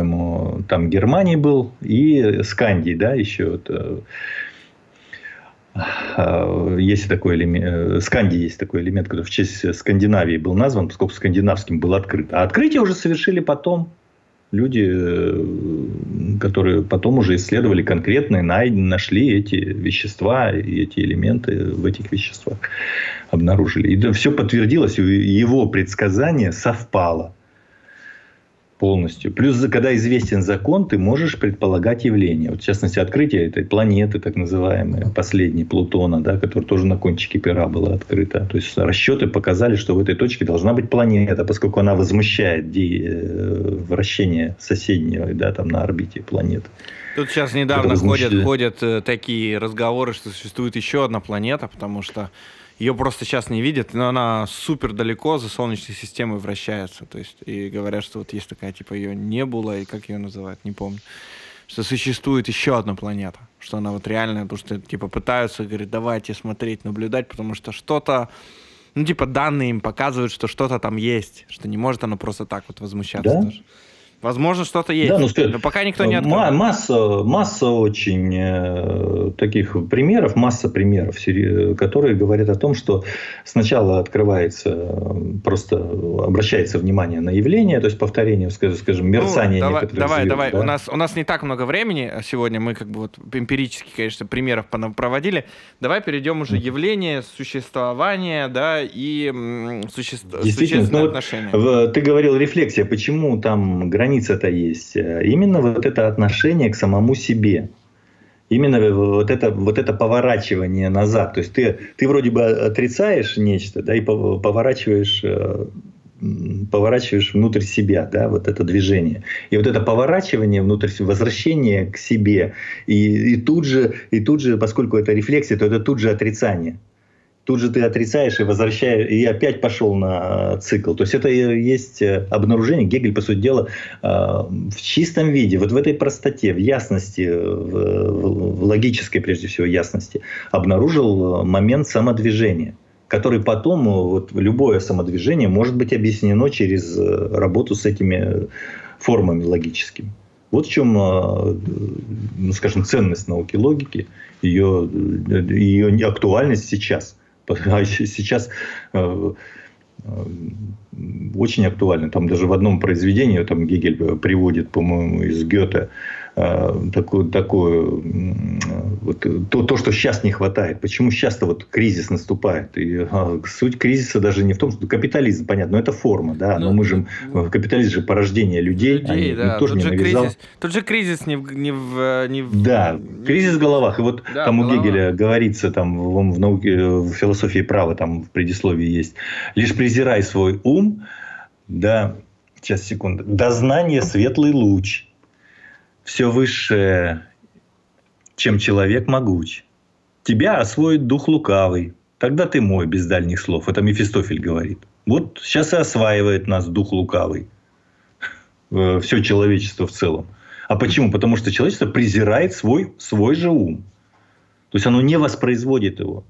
по-моему, там Германий был, и скандий, да, еще. Есть такой элемент, Сканди есть такой элемент, который в честь Скандинавии был назван, поскольку скандинавским был открыт. А открытие уже совершили потом люди, которые потом уже исследовали конкретно и нашли эти вещества и эти элементы в этих веществах обнаружили. И все подтвердилось, и его предсказание совпало полностью. Плюс, когда известен закон, ты можешь предполагать явления. Вот, в частности, открытие этой планеты, так называемой, последней, Плутона, да, которая тоже на кончике пера была открыта. То есть, расчеты показали, что в этой точке должна быть планета, поскольку она возмущает вращение соседнего, да, там, на орбите планеты. Тут сейчас недавно ходят такие разговоры, что существует еще одна планета, потому что ее просто сейчас не видят, но она супер далеко за Солнечной системой вращается. То есть, и говорят, что вот есть такая, типа, ее небула, и как ее называют, не помню. Что существует еще одна планета. Что она вот реальная, потому что, типа, пытаются, говорят, давайте смотреть, наблюдать, потому что что-то, ну, типа, данные им показывают, что что-то там есть. Что не может оно просто так вот возмущаться даже. Возможно, что-то есть, да, но пока никто не открыл. Масса очень таких примеров, которые говорят о том, что сначала открывается, просто обращается внимание на явление, то есть повторение, скажем, мерцание некоторых звезд. Давай. Да? У нас не так много времени сегодня, мы как бы вот эмпирически, конечно, примеров проводили. Давай перейдем уже явление, существование, да, и существенные отношения. Ты говорил рефлексия, почему там граница-то есть? Именно вот это отношение к самому себе. Именно вот это поворачивание назад. То есть ты вроде бы отрицаешь нечто, да, и поворачиваешь внутрь себя, да, вот это движение. И вот это поворачивание внутрь, возвращение к себе, и тут же, поскольку это рефлексия, то это тут же отрицание. Тут же ты отрицаешь и возвращаешь, и опять пошел на цикл. То есть это есть обнаружение. Гегель, по сути дела, в чистом виде, вот в этой простоте, в ясности, в логической, прежде всего, ясности, обнаружил момент самодвижения, который потом, вот, любое самодвижение может быть объяснено через работу с этими формами логическими. Вот в чем, ну, скажем, ценность науки логики, ее актуальность сейчас. Сейчас очень актуально. Там даже в одном произведении там Гегель приводит, по-моему, из Гёте такое вот, то, что сейчас не хватает. Почему сейчас-то вот кризис наступает? И суть кризиса даже не в том, что капитализм, понятно, но это форма, да. Но мы же капитализм же порождение людей, да. Тоже не навязал. Тут же кризис не в... Да, кризис в головах. И вот да, там у Гегеля говорится там в науке, в философии права, там в предисловии есть: лишь презирай свой ум, да, сейчас, секунду, дознание светлый луч. Все высшее, чем человек, могуч. Тебя освоит дух лукавый. Тогда ты мой, без дальних слов. Это Мефистофель говорит. Вот сейчас и осваивает нас дух лукавый. Все человечество в целом. А почему? Потому что человечество презирает свой же ум. То есть оно не воспроизводит его.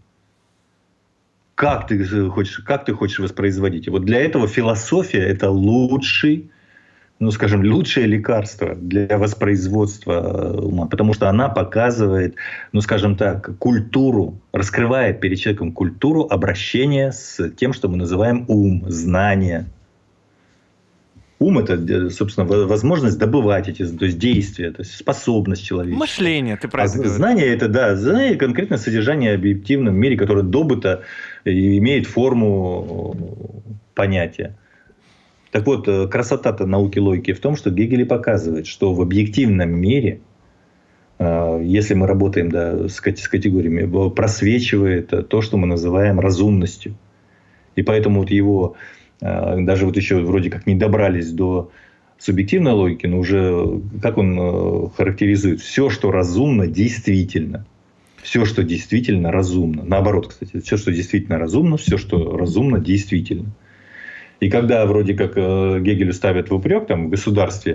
Как ты хочешь воспроизводить его? Вот для этого философия – это лучшее лекарство для воспроизводства ума. Потому что она показывает, культуру, раскрывает перед человеком культуру обращения с тем, что мы называем ум, знание. Ум – это, собственно, возможность добывать эти, то есть действия, то есть способность человека. Мышление, ты правильно говоришь. Знание – это знание конкретное содержание в объективном мире, которое добыто и имеет форму понятия. Так вот, красота-то науки логики в том, что Гегель и показывает, что в объективном мире, если мы работаем с категориями, просвечивает то, что мы называем разумностью. И поэтому вот его, даже вот еще вроде как не добрались до субъективной логики, но уже, как он характеризует, все, что разумно, действительно. Все, что действительно разумно. Наоборот, кстати, все, что действительно разумно, все, что разумно, действительно. И когда вроде как Гегелю ставят в упрек там, в государстве,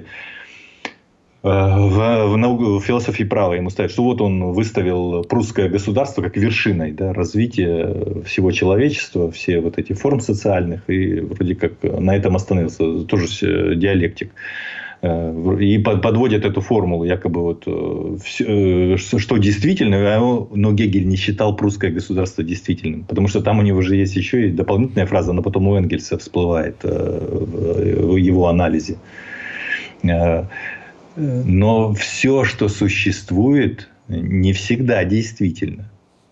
в философии права ему ставят, что вот он выставил прусское государство как вершиной, да, развития всего человечества, все вот эти форм социальных, и вроде как на этом остановился, тоже диалектик. И подводят эту формулу, якобы вот, что действительно, но Гегель не считал прусское государство действительным. Потому что там у него же есть еще и дополнительная фраза, она потом у Энгельса всплывает в его анализе. Но все, что существует, не всегда действительно.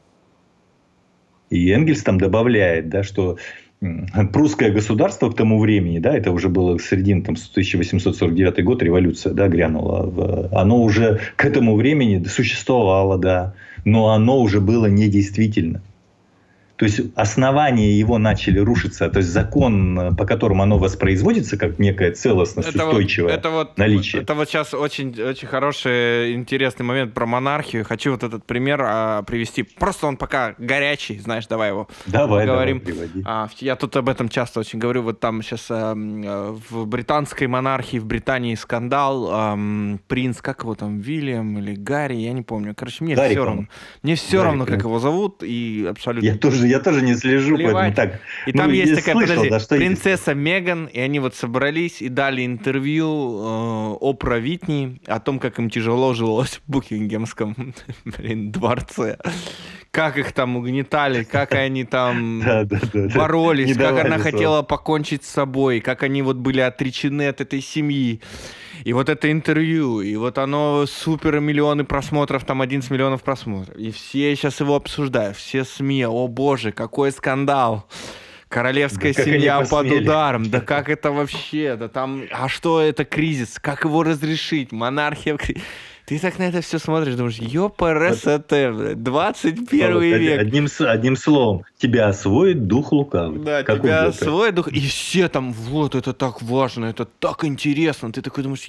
И Энгельс там добавляет, да, что прусское государство к тому времени, да, это уже было середина, там, 1849 год, революция, да, грянула. Оно уже к этому времени существовало, да, но оно уже было недействительно. То есть основания его начали рушиться, то есть закон, по которому оно воспроизводится, как некая целостность, устойчивое наличие. Это вот сейчас очень, очень хороший, интересный момент про монархию. Хочу вот этот пример привести. Просто он пока горячий, знаешь, давай его поговорим. Давай, я тут об этом часто очень говорю. Вот там сейчас в британской монархии, в Британии скандал. Принц, как его там, Вильям или Гарри, я не помню. Короче, мне Гарри, все равно. Мне все равно, как его зовут, и абсолютно... Я тоже не слежу, поэтому так. И там есть такая, принцесса Меган, и они вот собрались и дали интервью Опра Витни о том, как им тяжело жилось в Букингемском дворце. Как их там угнетали, как они там боролись, как она хотела покончить с собой, как они вот были отречены от этой семьи. И вот это интервью, и вот оно супер миллионы просмотров, там 11 миллионов просмотров. И все сейчас его обсуждают, все СМИ, о боже, какой скандал. Королевская семья под ударом. Да как это вообще? Да там, а что это кризис? Как его разрешить? Монархия в кризисе. Ты так на это все смотришь, думаешь, ёпарасоте, 21 век. Одним словом, тебя освоит дух лукавый. Да, как тебя освоит дух, и все там, вот, это так важно, это так интересно. Ты такой думаешь,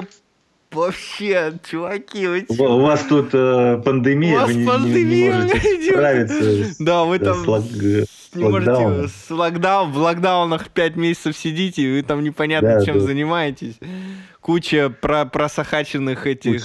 вообще, чуваки, у вас тут пандемия, вы не можете справиться. Да, вы там не можете в локдаунах 5 месяцев сидите, и вы там непонятно чем занимаетесь. Куча просахаченных этих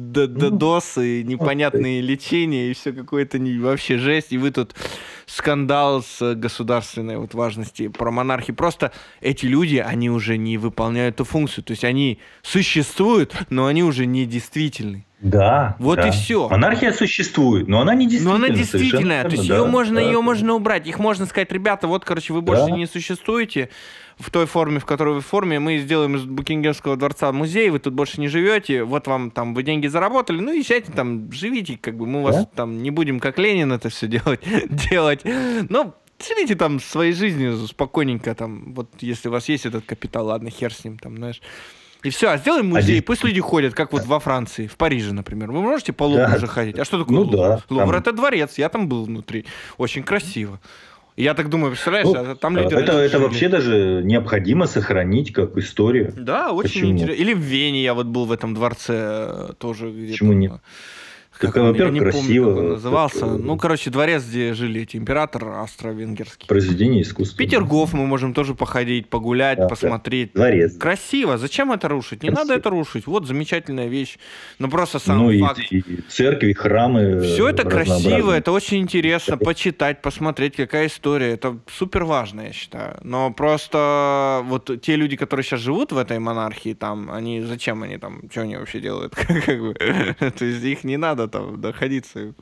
доз и непонятные лечения, и все какое-то вообще жесть. И вы тут скандал с государственной вот важности про монархии. Просто эти люди, они уже не выполняют эту функцию. То есть они существуют, но они уже не действительны. Да. Вот и все. Монархия существует, но она не действительная. Но она действительная. То есть ее можно убрать. Их можно сказать, ребята, вот, короче, вы больше не существуете в той форме, в которой вы в форме. Мы сделаем из Букингемского дворца музей, вы тут больше не живете. Вот вам там, вы деньги заработали, ну езжайте там, живите, как бы мы вас там не будем, как Ленин, это все делать. Ну, живите там своей жизнью спокойненько там. Вот если у вас есть этот капитал, ладно, хер с ним там, знаешь. И все, а сделаем музей, пусть люди ходят, как вот во Франции, в Париже, например. Вы можете по Лувру уже ходить? А что такое Лувр? Лувр — это дворец, я там был внутри. Очень красиво. Я так думаю, представляешь, там люди... Это вообще даже необходимо сохранить как историю. Да, очень интересно. Или в Вене я вот был в этом дворце тоже. Почему нет? Во-первых, красиво. Помню, как он назывался. Ну, короче, дворец, где жили эти император австро-венгерский. Произведение искусства. Петергоф мы можем тоже походить, погулять, посмотреть. Дворец. Красиво. Зачем это рушить? Не надо это рушить. Вот замечательная вещь. Но просто сам факт. И церкви, храмы. Все это красиво, это очень интересно. Почитать, посмотреть, какая история. Это супер важно, я считаю. Но просто вот те люди, которые сейчас живут в этой монархии, там, они зачем они там, что они вообще делают? То есть их не надо там находиться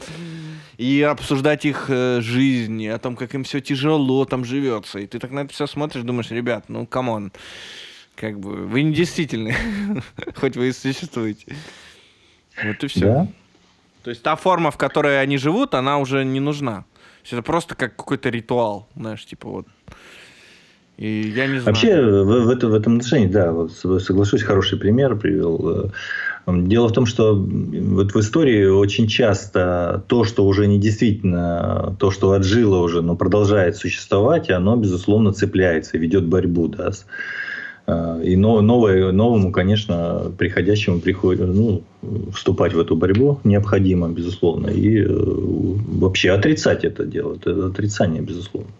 и обсуждать их жизнь, о том, как им все тяжело там живется. И ты так на это все смотришь, думаешь, ребят, ну камон, как бы вы не действительны, хоть вы и существуете. Вот и все. Да? То есть та форма, в которой они живут, она уже не нужна. Это просто как какой-то ритуал, знаешь, типа вот. И я не знаю. Вообще в этом отношении, да, вот соглашусь, хороший пример привел. Дело в том, что вот в истории очень часто то, что уже не действительно, то, что отжило уже, но продолжает существовать, оно, безусловно, цепляется и ведет борьбу. Да. И новому, конечно, приходящему приходит, вступать в эту борьбу необходимо, безусловно. И вообще отрицать это дело. Это отрицание, безусловно.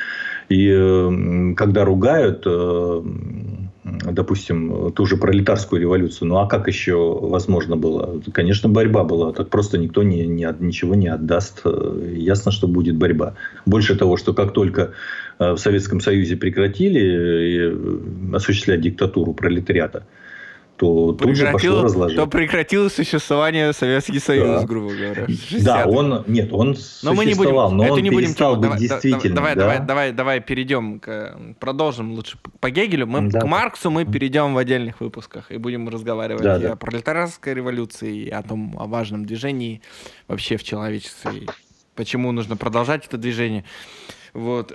И когда ругают, допустим, ту же пролетарскую революцию, ну а как еще возможно было? Конечно, борьба была. Так просто никто ничего не отдаст. Ясно, что будет борьба. Больше того, что как только в Советском Союзе прекратили осуществлять диктатуру пролетариата, то тут же пошло разложение. То прекратил существование Советский Союз, Да. грубо говоря. Да, он существовал, но он перестал быть действительным. Давай перейдем, продолжим лучше по Гегелю. К Марксу мы перейдем в отдельных выпусках и будем разговаривать и о пролетарской революции, и о том, о важном движении вообще в человечестве, и почему нужно продолжать это движение. Вот.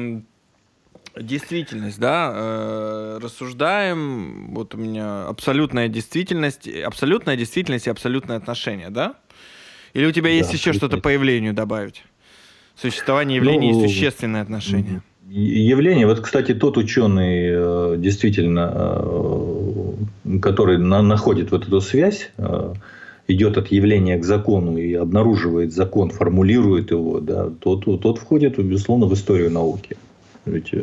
Действительность, да, рассуждаем, вот у меня абсолютная действительность и абсолютное отношение, да? Или у тебя есть еще что-то по явлению добавить? Существование явлений и существенное отношение. Явление, вот, кстати, тот ученый, действительно, который находит вот эту связь, идет от явления к закону и обнаруживает закон, формулирует его, да, тот входит, безусловно, в историю науки. Ведь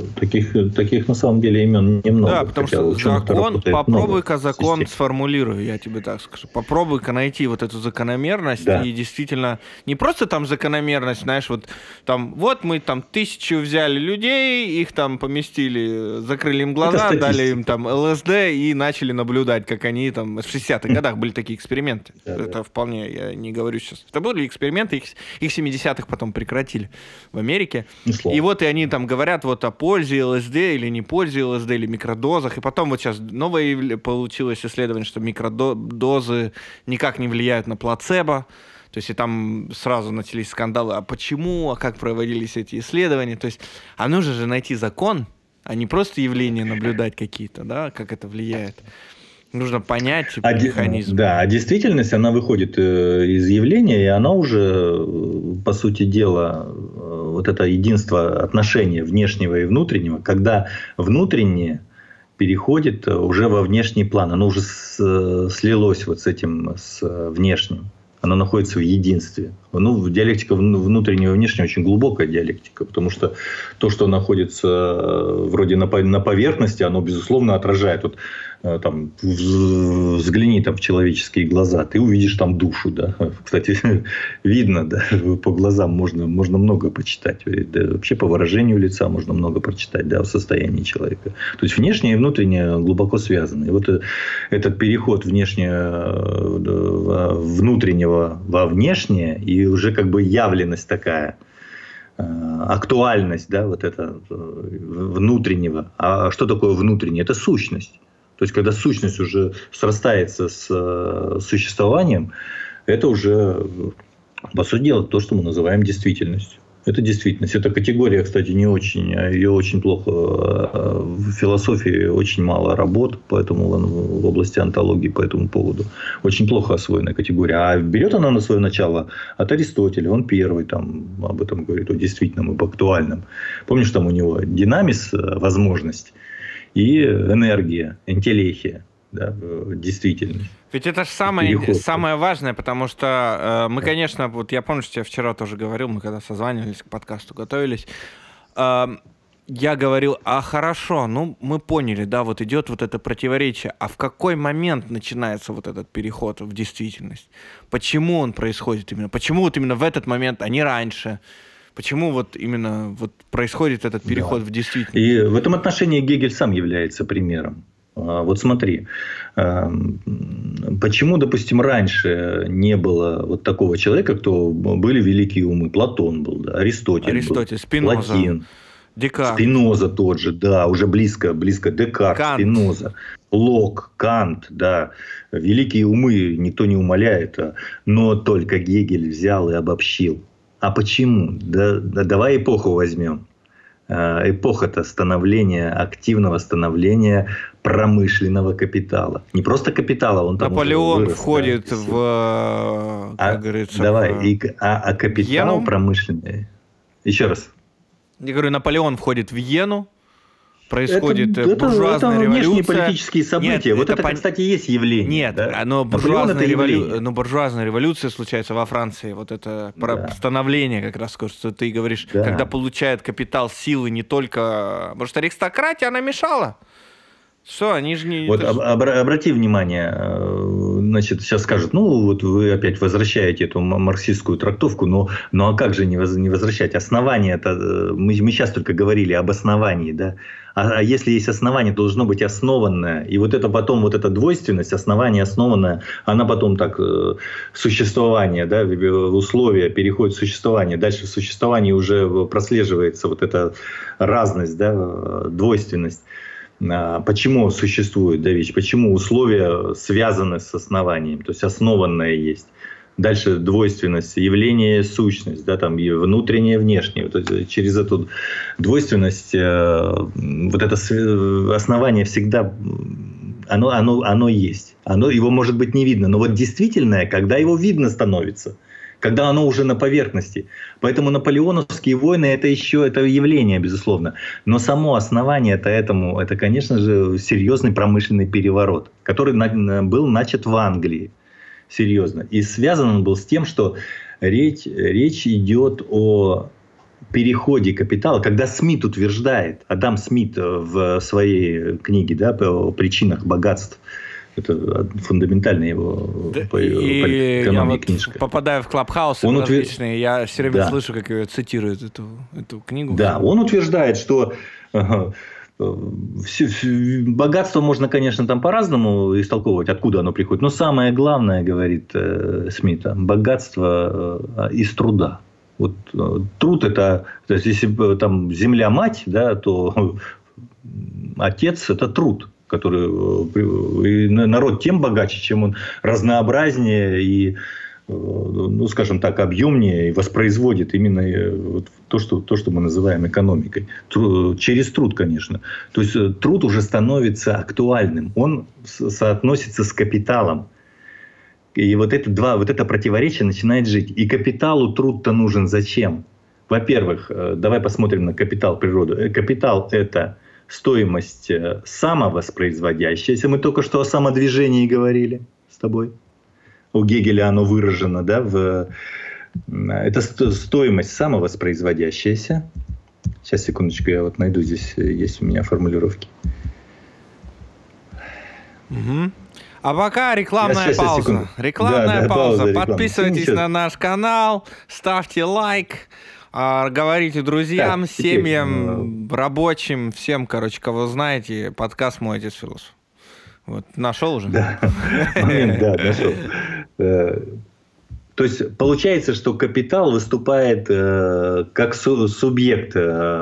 таких на самом деле имен немного. Да, потому что закон, попробуй-ка закон сформулируй, я тебе так скажу. Попробуй-ка найти вот эту закономерность, и действительно, не просто там закономерность, знаешь, вот там, вот мы там 1000 взяли людей, их там поместили, закрыли им глаза, дали им там ЛСД и начали наблюдать, как они там, в 60-х годах были такие эксперименты. Это вполне, я не говорю сейчас. Это были эксперименты, их в 70-х потом прекратили в Америке. И вот и они там говорят вот о пользе ЛСД или не пользе ЛСД, или микродозах. И потом вот сейчас новое получилось исследование, что микродозы никак не влияют на плацебо. То есть и там сразу начались скандалы. А почему? А как проводились эти исследования? То есть нужно же найти закон, а не просто явления наблюдать какие-то, да, как это влияет. Нужно понять механизм. Да, а действительность, она выходит из явления, и она уже, по сути дела, вот это единство отношения внешнего и внутреннего, когда внутреннее переходит уже во внешний план, оно уже слилось вот с этим, с внешним. Оно находится в единстве. Диалектика внутреннего и внешнего очень глубокая диалектика, потому что то, что находится вроде на поверхности, оно, безусловно, отражает. Вот, там, взгляни там в человеческие глаза, ты увидишь там душу. Да? Кстати, видно, да? По глазам можно много почитать. Да, вообще по выражению лица можно много прочитать, да, о состоянии человека. То есть внешнее и внутреннее глубоко связаны. И вот этот переход внутреннего во внешнее, и уже как бы явленность такая, актуальность, да, вот это внутреннего. А что такое внутреннее? Это сущность. То есть, когда сущность уже срастается с существованием, это уже, по сути дела, то, что мы называем действительностью. Это действительность. Эта категория, кстати, не очень, ее очень плохо, в философии очень мало работ, поэтому в области онтологии по этому поводу. Очень плохо освоенная категория. А берет она на свое начало от Аристотеля. Он первый там об этом говорит, о действительном и об актуальном. Помнишь, там у него динамис, возможность, и энергия, энтелехия, да, действительность. Ведь это же самое важное, потому что мы, конечно, вот я помню, что я вчера тоже говорил, мы когда созванивались к подкасту, готовились, я говорил, хорошо, мы поняли, да, вот идет вот это противоречие, а в какой момент начинается вот этот переход в действительность? Почему он происходит именно? Почему вот именно в этот момент, а не раньше? Почему вот именно вот происходит этот переход в действительность? И в этом отношении Гегель сам является примером. Вот смотри, почему, допустим, раньше не было вот такого человека, кто были великие умы? Платон был, да, Аристотель был, Спиноза, Платин, Декарт. Спиноза тот же, да, уже близко Декарт, Кант. Спиноза, Лок, Кант, да, великие умы никто не умаляет, но только Гегель взял и обобщил. А почему? Да, давай эпоху возьмем. Эпоха-то активного становления промышленного капитала. Не просто капитала, он там Наполеон входит в, как говорится, давай, капитал промышленный. Еще раз. Я говорю, Наполеон входит в Иену, происходит буржуазная революция. Это внешние политические события. Нет, вот это, кстати, и есть явление. Нет, да? но буржуазная революция случается во Франции. Вот это становление, как раз, что ты говоришь, когда получает капитал силы не только... Потому что аристократия, она мешала. Что, они же не... Вот обрати внимание, значит, сейчас скажут, вот вы опять возвращаете эту марксистскую трактовку, но а как же не возвращать? Основание-то, мы сейчас только говорили об основании, да? А если есть основание, должно быть основанное. И вот это потом, вот эта двойственность, основание основанное, она потом так, существование, да, условия переходит в существование. Дальше в существовании уже прослеживается вот эта разность, да, двойственность. Почему существует, да, вещь, почему условия связаны с основанием, то есть основанное есть. Дальше двойственность, явление, сущность, да, там и внутреннее, внешнее. Вот через эту двойственность вот это основание всегда оно есть. Его может быть не видно. Но вот действительное, когда его видно становится, когда оно уже на поверхности. Поэтому наполеоновские войны это явление, безусловно. Но само основание это, конечно же, серьезный промышленный переворот, который был начат в Англии. Серьезно. И связан он был с тем, что речь идет о переходе капитала. Когда Смит утверждает, Адам Смит в своей книге, да, о причинах богатств, это фундаментальная его по экономии книжка. Попадаю в Клабхаус различные, я все время слышу, как ее цитируют, эту книгу. Да, он утверждает, что богатство можно, конечно, там по-разному истолковывать, откуда оно приходит. Но самое главное, говорит Смита, богатство из труда. Вот труд это, то есть если там земля мать, да, то отец это труд, который и народ тем богаче, чем он разнообразнее и, ну, скажем так, объемнее и воспроизводит именно вот то, что мы называем экономикой. Через труд, конечно. То есть труд уже становится актуальным. Он соотносится с капиталом. И вот это противоречие начинает жить. И капиталу труд-то нужен зачем? Во-первых, давай посмотрим на капитал природы. Капитал – это стоимость самовоспроизводящаяся. Мы только что о самодвижении говорили с тобой. У Гегеля оно выражено, да, это стоимость самовоспроизводящаяся. Сейчас, секундочку, я вот найду, здесь есть у меня формулировки. Угу. А пока рекламная пауза. Рекламная пауза. Подписывайтесь на наш канал, ставьте лайк, говорите друзьям, семьям, рабочим, всем, короче, кого знаете, подкаст «Мой отец философ». Вот, нашел уже? Да, нашел. То есть, получается, что капитал выступает как субъект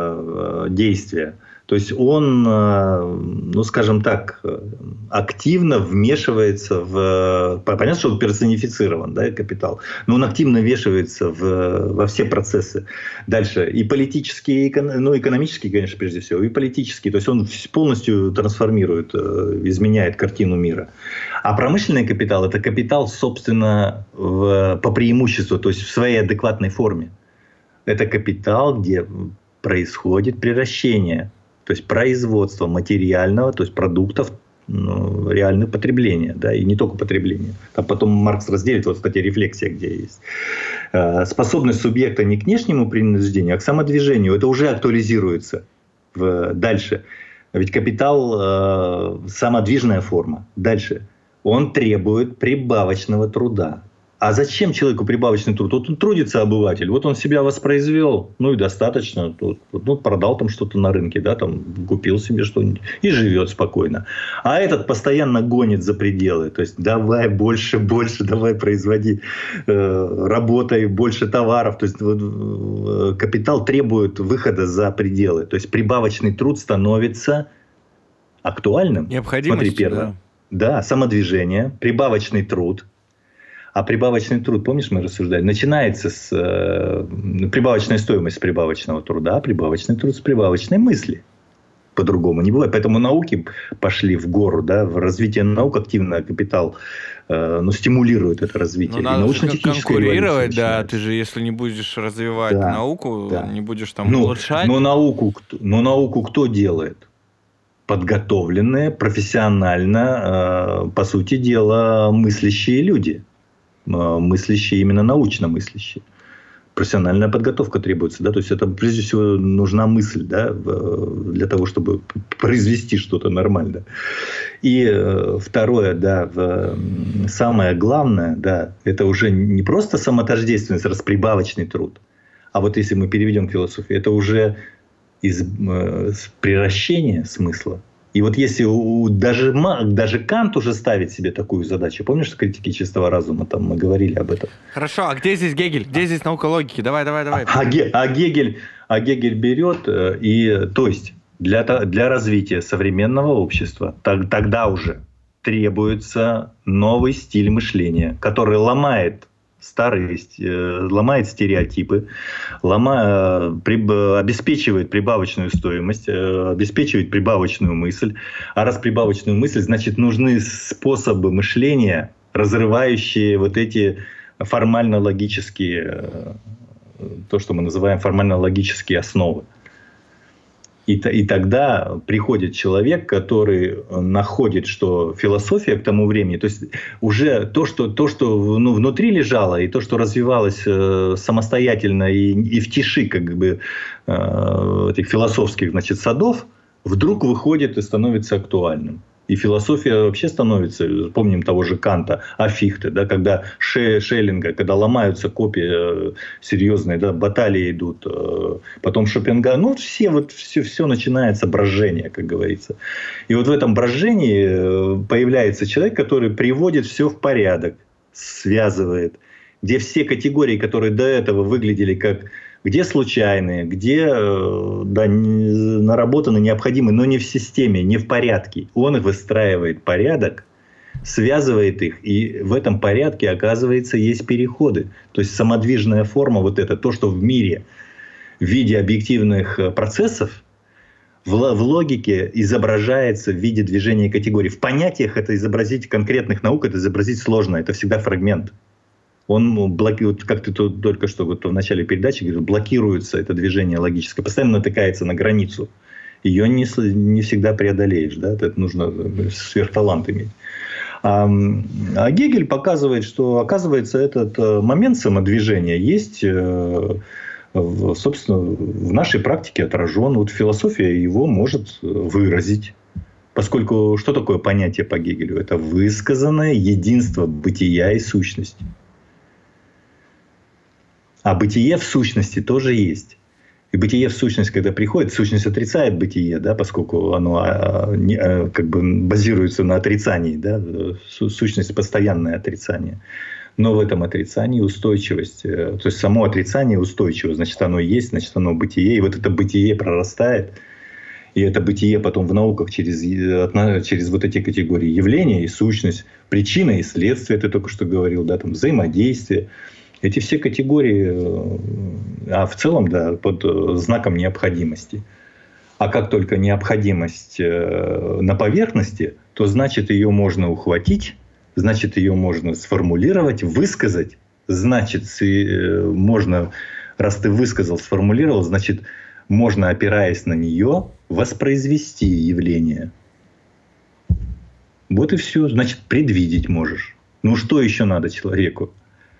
действия. То есть, он, ну, скажем так, активно вмешивается в... Понятно, что он персонифицирован, да, капитал, но он активно вмешивается во все процессы. Дальше. И политические, ну, экономические, конечно, прежде всего, и политические. То есть, он полностью трансформирует, изменяет картину мира. А промышленный капитал – это капитал, собственно, по преимуществу, то есть в своей адекватной форме. Это капитал, где происходит приращение, то есть производство материального, то есть продуктов, ну, реального потребления, да, и не только потребления. Там потом Маркс разделит, вот, кстати, рефлексия, где есть. Способность субъекта не к внешнему принуждению, а к самодвижению. Это уже актуализируется дальше. Ведь капитал самодвижная форма. Дальше. Он требует прибавочного труда. А зачем человеку прибавочный труд? Вот он трудится, обыватель, вот он себя воспроизвел, ну и достаточно, ну, продал там что-то на рынке, да, там купил себе что-нибудь и живет спокойно. А этот постоянно гонит за пределы, то есть давай больше, давай производи, работай, больше товаров. То есть капитал требует выхода за пределы, то есть прибавочный труд становится актуальным. Необходимостью. Смотри, первое. Да, самодвижение, прибавочный труд. А прибавочный труд, помнишь, мы рассуждали, начинается с прибавочная стоимость с прибавочного труда, а прибавочный труд с прибавочной мысли. По-другому не бывает. Поэтому науки пошли в гору, да, в развитие наук активно капитал стимулирует это развитие. Ну, надо же конкурировать, да, ты же, если не будешь развивать науку, не будешь там улучшать. Но науку кто делает? Подготовленные, профессионально, по сути дела, мыслящие люди. Мыслящие, именно научно мыслящие. Профессиональная подготовка требуется, да, то есть это прежде всего нужна мысль, да, для того, чтобы произвести что-то нормальное. И второе, да, самое главное, да, это уже не просто самотождественность, расприбавочный труд, а вот если мы переведем к философии, это уже приращения смысла. И вот если даже Кант уже ставит себе такую задачу, помнишь, в «Критике чистого разума» там мы говорили об этом. Хорошо, а где здесь Гегель? Где здесь наука логики? Давай. Гегель берет, то есть для развития современного общества тогда уже требуется новый стиль мышления, который ломает ломает стереотипы, обеспечивает прибавочную стоимость, обеспечивает прибавочную мысль. А раз прибавочную мысль, значит, нужны способы мышления, разрывающие вот эти формально-логические, то, что мы называем формально-логические основы. И тогда приходит человек, который находит, что философия к тому времени, то есть уже то, что внутри лежало, и то, что развивалось самостоятельно и в тиши этих философских, садов, вдруг выходит и становится актуальным. И философия вообще становится, помним того же Канта, а Фихте, да, когда Шеллинга, когда ломаются копии серьезные, да, баталии идут, потом Шопенгауэр, все начинается брожение, как говорится. И вот в этом брожении появляется человек, который приводит все в порядок, связывает, где все категории, которые до этого выглядели как где случайные, где наработаны необходимые, но не в системе, не в порядке. Он выстраивает порядок, связывает их, и в этом порядке, оказывается, есть переходы. То есть самодвижная форма, то, что в мире в виде объективных процессов, в логике изображается в виде движения категорий. В понятиях это изобразить конкретных наук, это изобразить сложно, это всегда фрагмент. Он блокирует, как ты только что в начале передачи говорил, блокируется это движение логическое, постоянно натыкается на границу. Ее не всегда преодолеешь, да? Это нужно сверхталант иметь. А Гегель показывает, что, оказывается, этот момент самодвижения есть, собственно, в нашей практике отражен. Вот философия его может выразить. Поскольку что такое понятие по Гегелю? Это высказанное единство бытия и сущности. А бытие в сущности тоже есть. И бытие в сущность, когда приходит, сущность отрицает бытие, да, поскольку оно базируется на отрицании. Да, сущность – постоянное отрицание. Но в этом отрицании устойчивость. То есть само отрицание устойчиво. Значит, оно есть, значит, оно бытие. И вот это бытие прорастает. И это бытие потом в науках через вот эти категории явления и сущность, причина и следствие, ты только что говорил, да, там, взаимодействие. Эти все категории, а в целом, да, под знаком необходимости. А как только необходимость на поверхности, то значит ее можно ухватить, значит ее можно сформулировать, высказать, значит можно, раз ты высказал, сформулировал, значит можно, опираясь на нее, воспроизвести явление. Вот и все. Значит, предвидеть можешь. Ну что еще надо человеку?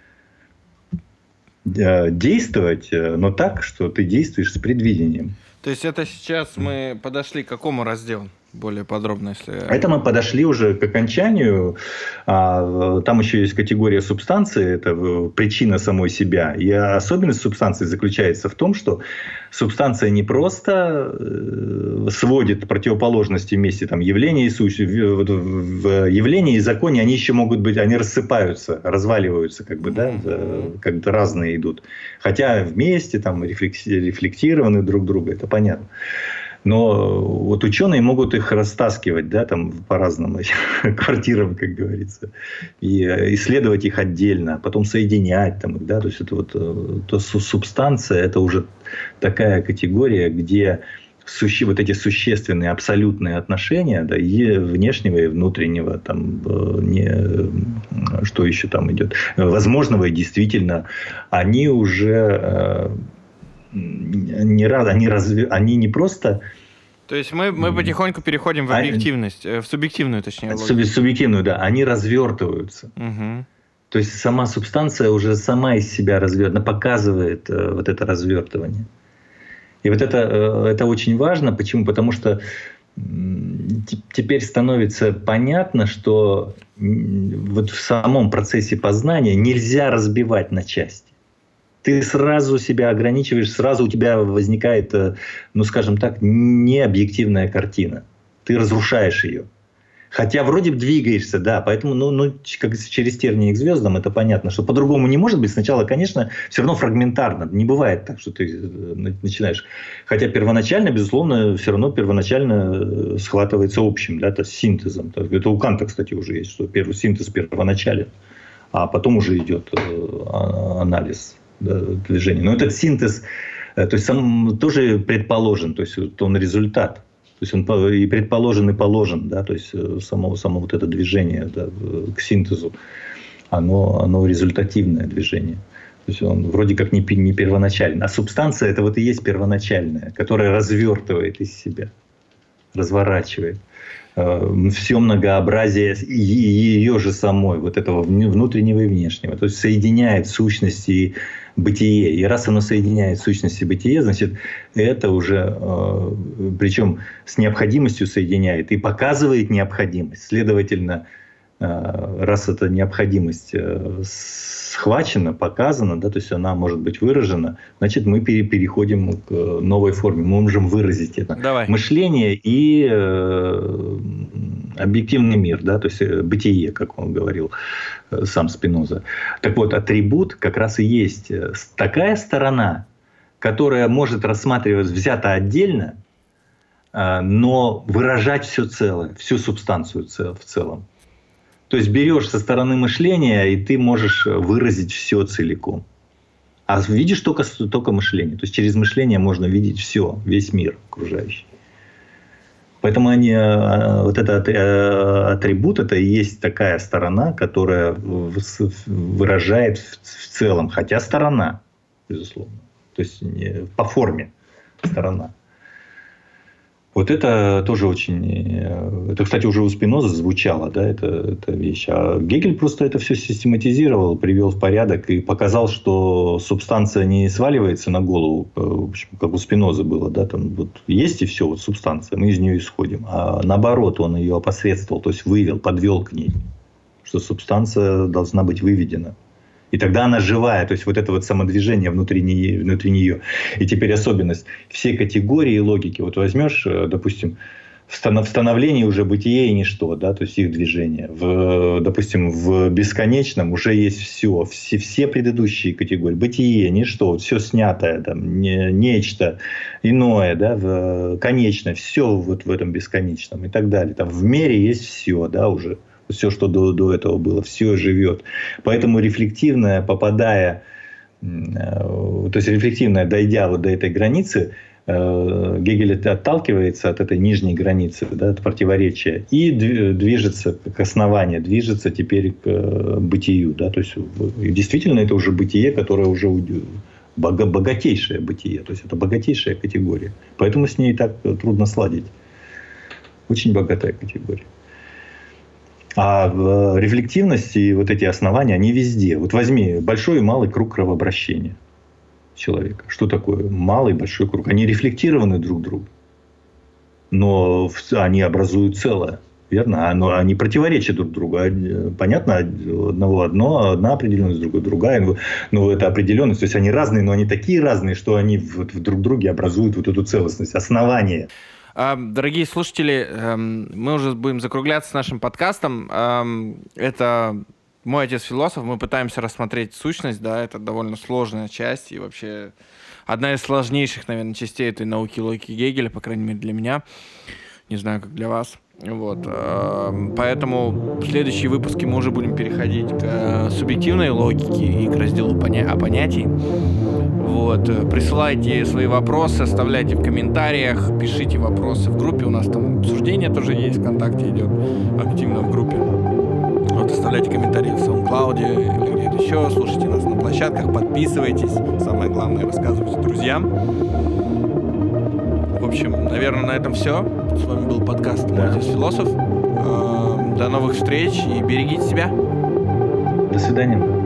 Действовать, но так, что ты действуешь с предвидением. То есть это сейчас мы подошли к какому разделу? Более подробно, если... Это мы подошли уже к окончанию. Там еще есть категория субстанции, это причина самой себя. И особенность субстанции заключается в том, что субстанция не просто сводит противоположности вместе, там, явления и сущность. В явлении и законе они еще могут быть, они рассыпаются, разваливаются, да, как-то разные идут. Хотя вместе там рефлектированы друг друга, это понятно. Но вот ученые могут их растаскивать, да, там по разным квартирам, как говорится, и исследовать их отдельно, а потом соединять там, да, то есть это субстанция, это уже такая категория, где вот эти существенные абсолютные отношения, да, и внешнего, и внутреннего, там, что еще там идет, возможного и действительно, они уже они не просто... То есть мы потихоньку переходим в объективность, в субъективную, точнее. Субъективную, да. Они развертываются. Угу. То есть сама субстанция уже сама из себя развертывает, показывает вот это развертывание. И вот это очень важно. Почему? Потому что теперь становится понятно, что вот в самом процессе познания нельзя разбивать на части. Ты сразу себя ограничиваешь, сразу у тебя возникает, ну, скажем так, необъективная картина. Ты разрушаешь ее. Хотя вроде бы двигаешься, да, поэтому, ну, как через тернии к звездам, это понятно, что по-другому не может быть. Сначала, конечно, все равно фрагментарно. Не бывает так, что ты начинаешь. Хотя первоначально, безусловно, все равно первоначально схватывается общим, да, то есть синтезом. Это у Канта, кстати, уже есть, что первый синтез первоначален, а потом уже идет анализ, да, движения. Но этот синтез, то есть сам тоже предположен, то есть он результат. То есть он и предположен, и положен, да, то есть само вот это движение, да, к синтезу, оно результативное движение. То есть он вроде как не первоначальный. А субстанция это вот и есть первоначальная, которая развертывает из себя, разворачивает все многообразие ее же самой, вот этого внутреннего и внешнего. То есть соединяет сущности и бытие. И раз оно соединяет сущность и бытие, значит, это уже, причем с необходимостью соединяет и показывает необходимость. Следовательно, раз эта необходимость схвачена, показана, да, то есть она может быть выражена, значит, мы переходим к новой форме. Мы можем выразить это. Давай. Мышление и объективный мир, да, то есть бытие, как он говорил сам Спиноза. Так вот, атрибут как раз и есть такая сторона, которая может рассматриваться взята отдельно, но выражать все целое, всю субстанцию в целом. То есть берешь со стороны мышления, и ты можешь выразить все целиком. А видишь только мышление. То есть через мышление можно видеть все, весь мир окружающий. Поэтому вот этот атрибут, это и есть такая сторона, которая выражает в целом. Хотя сторона, безусловно. То есть по форме сторона. Вот это тоже очень... Это, кстати, уже у Спиноза звучало, да, эта вещь. А Гегель просто это все систематизировал, привел в порядок и показал, что субстанция не сваливается на голову, в общем, как у Спинозы было, да, там вот есть и все, вот субстанция, мы из нее исходим. А наоборот, он ее опосредствовал, то есть вывел, подвел к ней, что субстанция должна быть выведена. И тогда она живая, то есть вот это вот самодвижение внутри нее. И теперь особенность. Все категории логики, вот возьмешь, допустим, в становлении уже бытие и ничто, да, то есть их движение. Допустим, в бесконечном уже есть все предыдущие категории. Бытие, ничто, все снятое, там, нечто иное, да, конечное, все вот в этом бесконечном и так далее. Там в мире есть все, да, уже. Все, что до этого было, все живет. Поэтому рефлективное, попадая, то есть рефлективное, дойдя вот до этой границы, Гегель отталкивается от этой нижней границы, да, от противоречия, и движется к основанию, движется теперь к бытию. Да, то есть действительно это уже бытие, которое уже богатейшее бытие, то есть это богатейшая категория. Поэтому с ней так трудно сладить. Очень богатая категория. А рефлективность и вот эти основания, они везде. Вот возьми большой и малый круг кровообращения человека. Что такое малый и большой круг? Они рефлектированы друг другу, но они образуют целое. Верно? Но они противоречат друг другу. Понятно, одна определенность, другая. Но это определенность. То есть они разные, но они такие разные, что они в друг друге образуют вот эту целостность, основание. Дорогие слушатели, мы уже будем закругляться с нашим подкастом. Это «Мой отец философ». Мы пытаемся рассмотреть сущность, да, это довольно сложная часть и вообще одна из сложнейших, наверное, частей этой науки логики Гегеля, по крайней мере, для меня. Не знаю, как для вас. Вот. Поэтому в следующие выпуски мы уже будем переходить к субъективной логике и к разделу понятий. Вот. Присылайте свои вопросы, оставляйте в комментариях, пишите вопросы в группе. У нас там обсуждение тоже есть, ВКонтакте идет активно в группе. Вот, оставляйте комментарии в SoundCloud или где-то еще, слушайте нас на площадках, подписывайтесь. Самое главное, рассказывайте друзьям. В общем, наверное, на этом все. С вами был подкаст «Мой отец философ». До новых встреч и берегите себя. До свидания.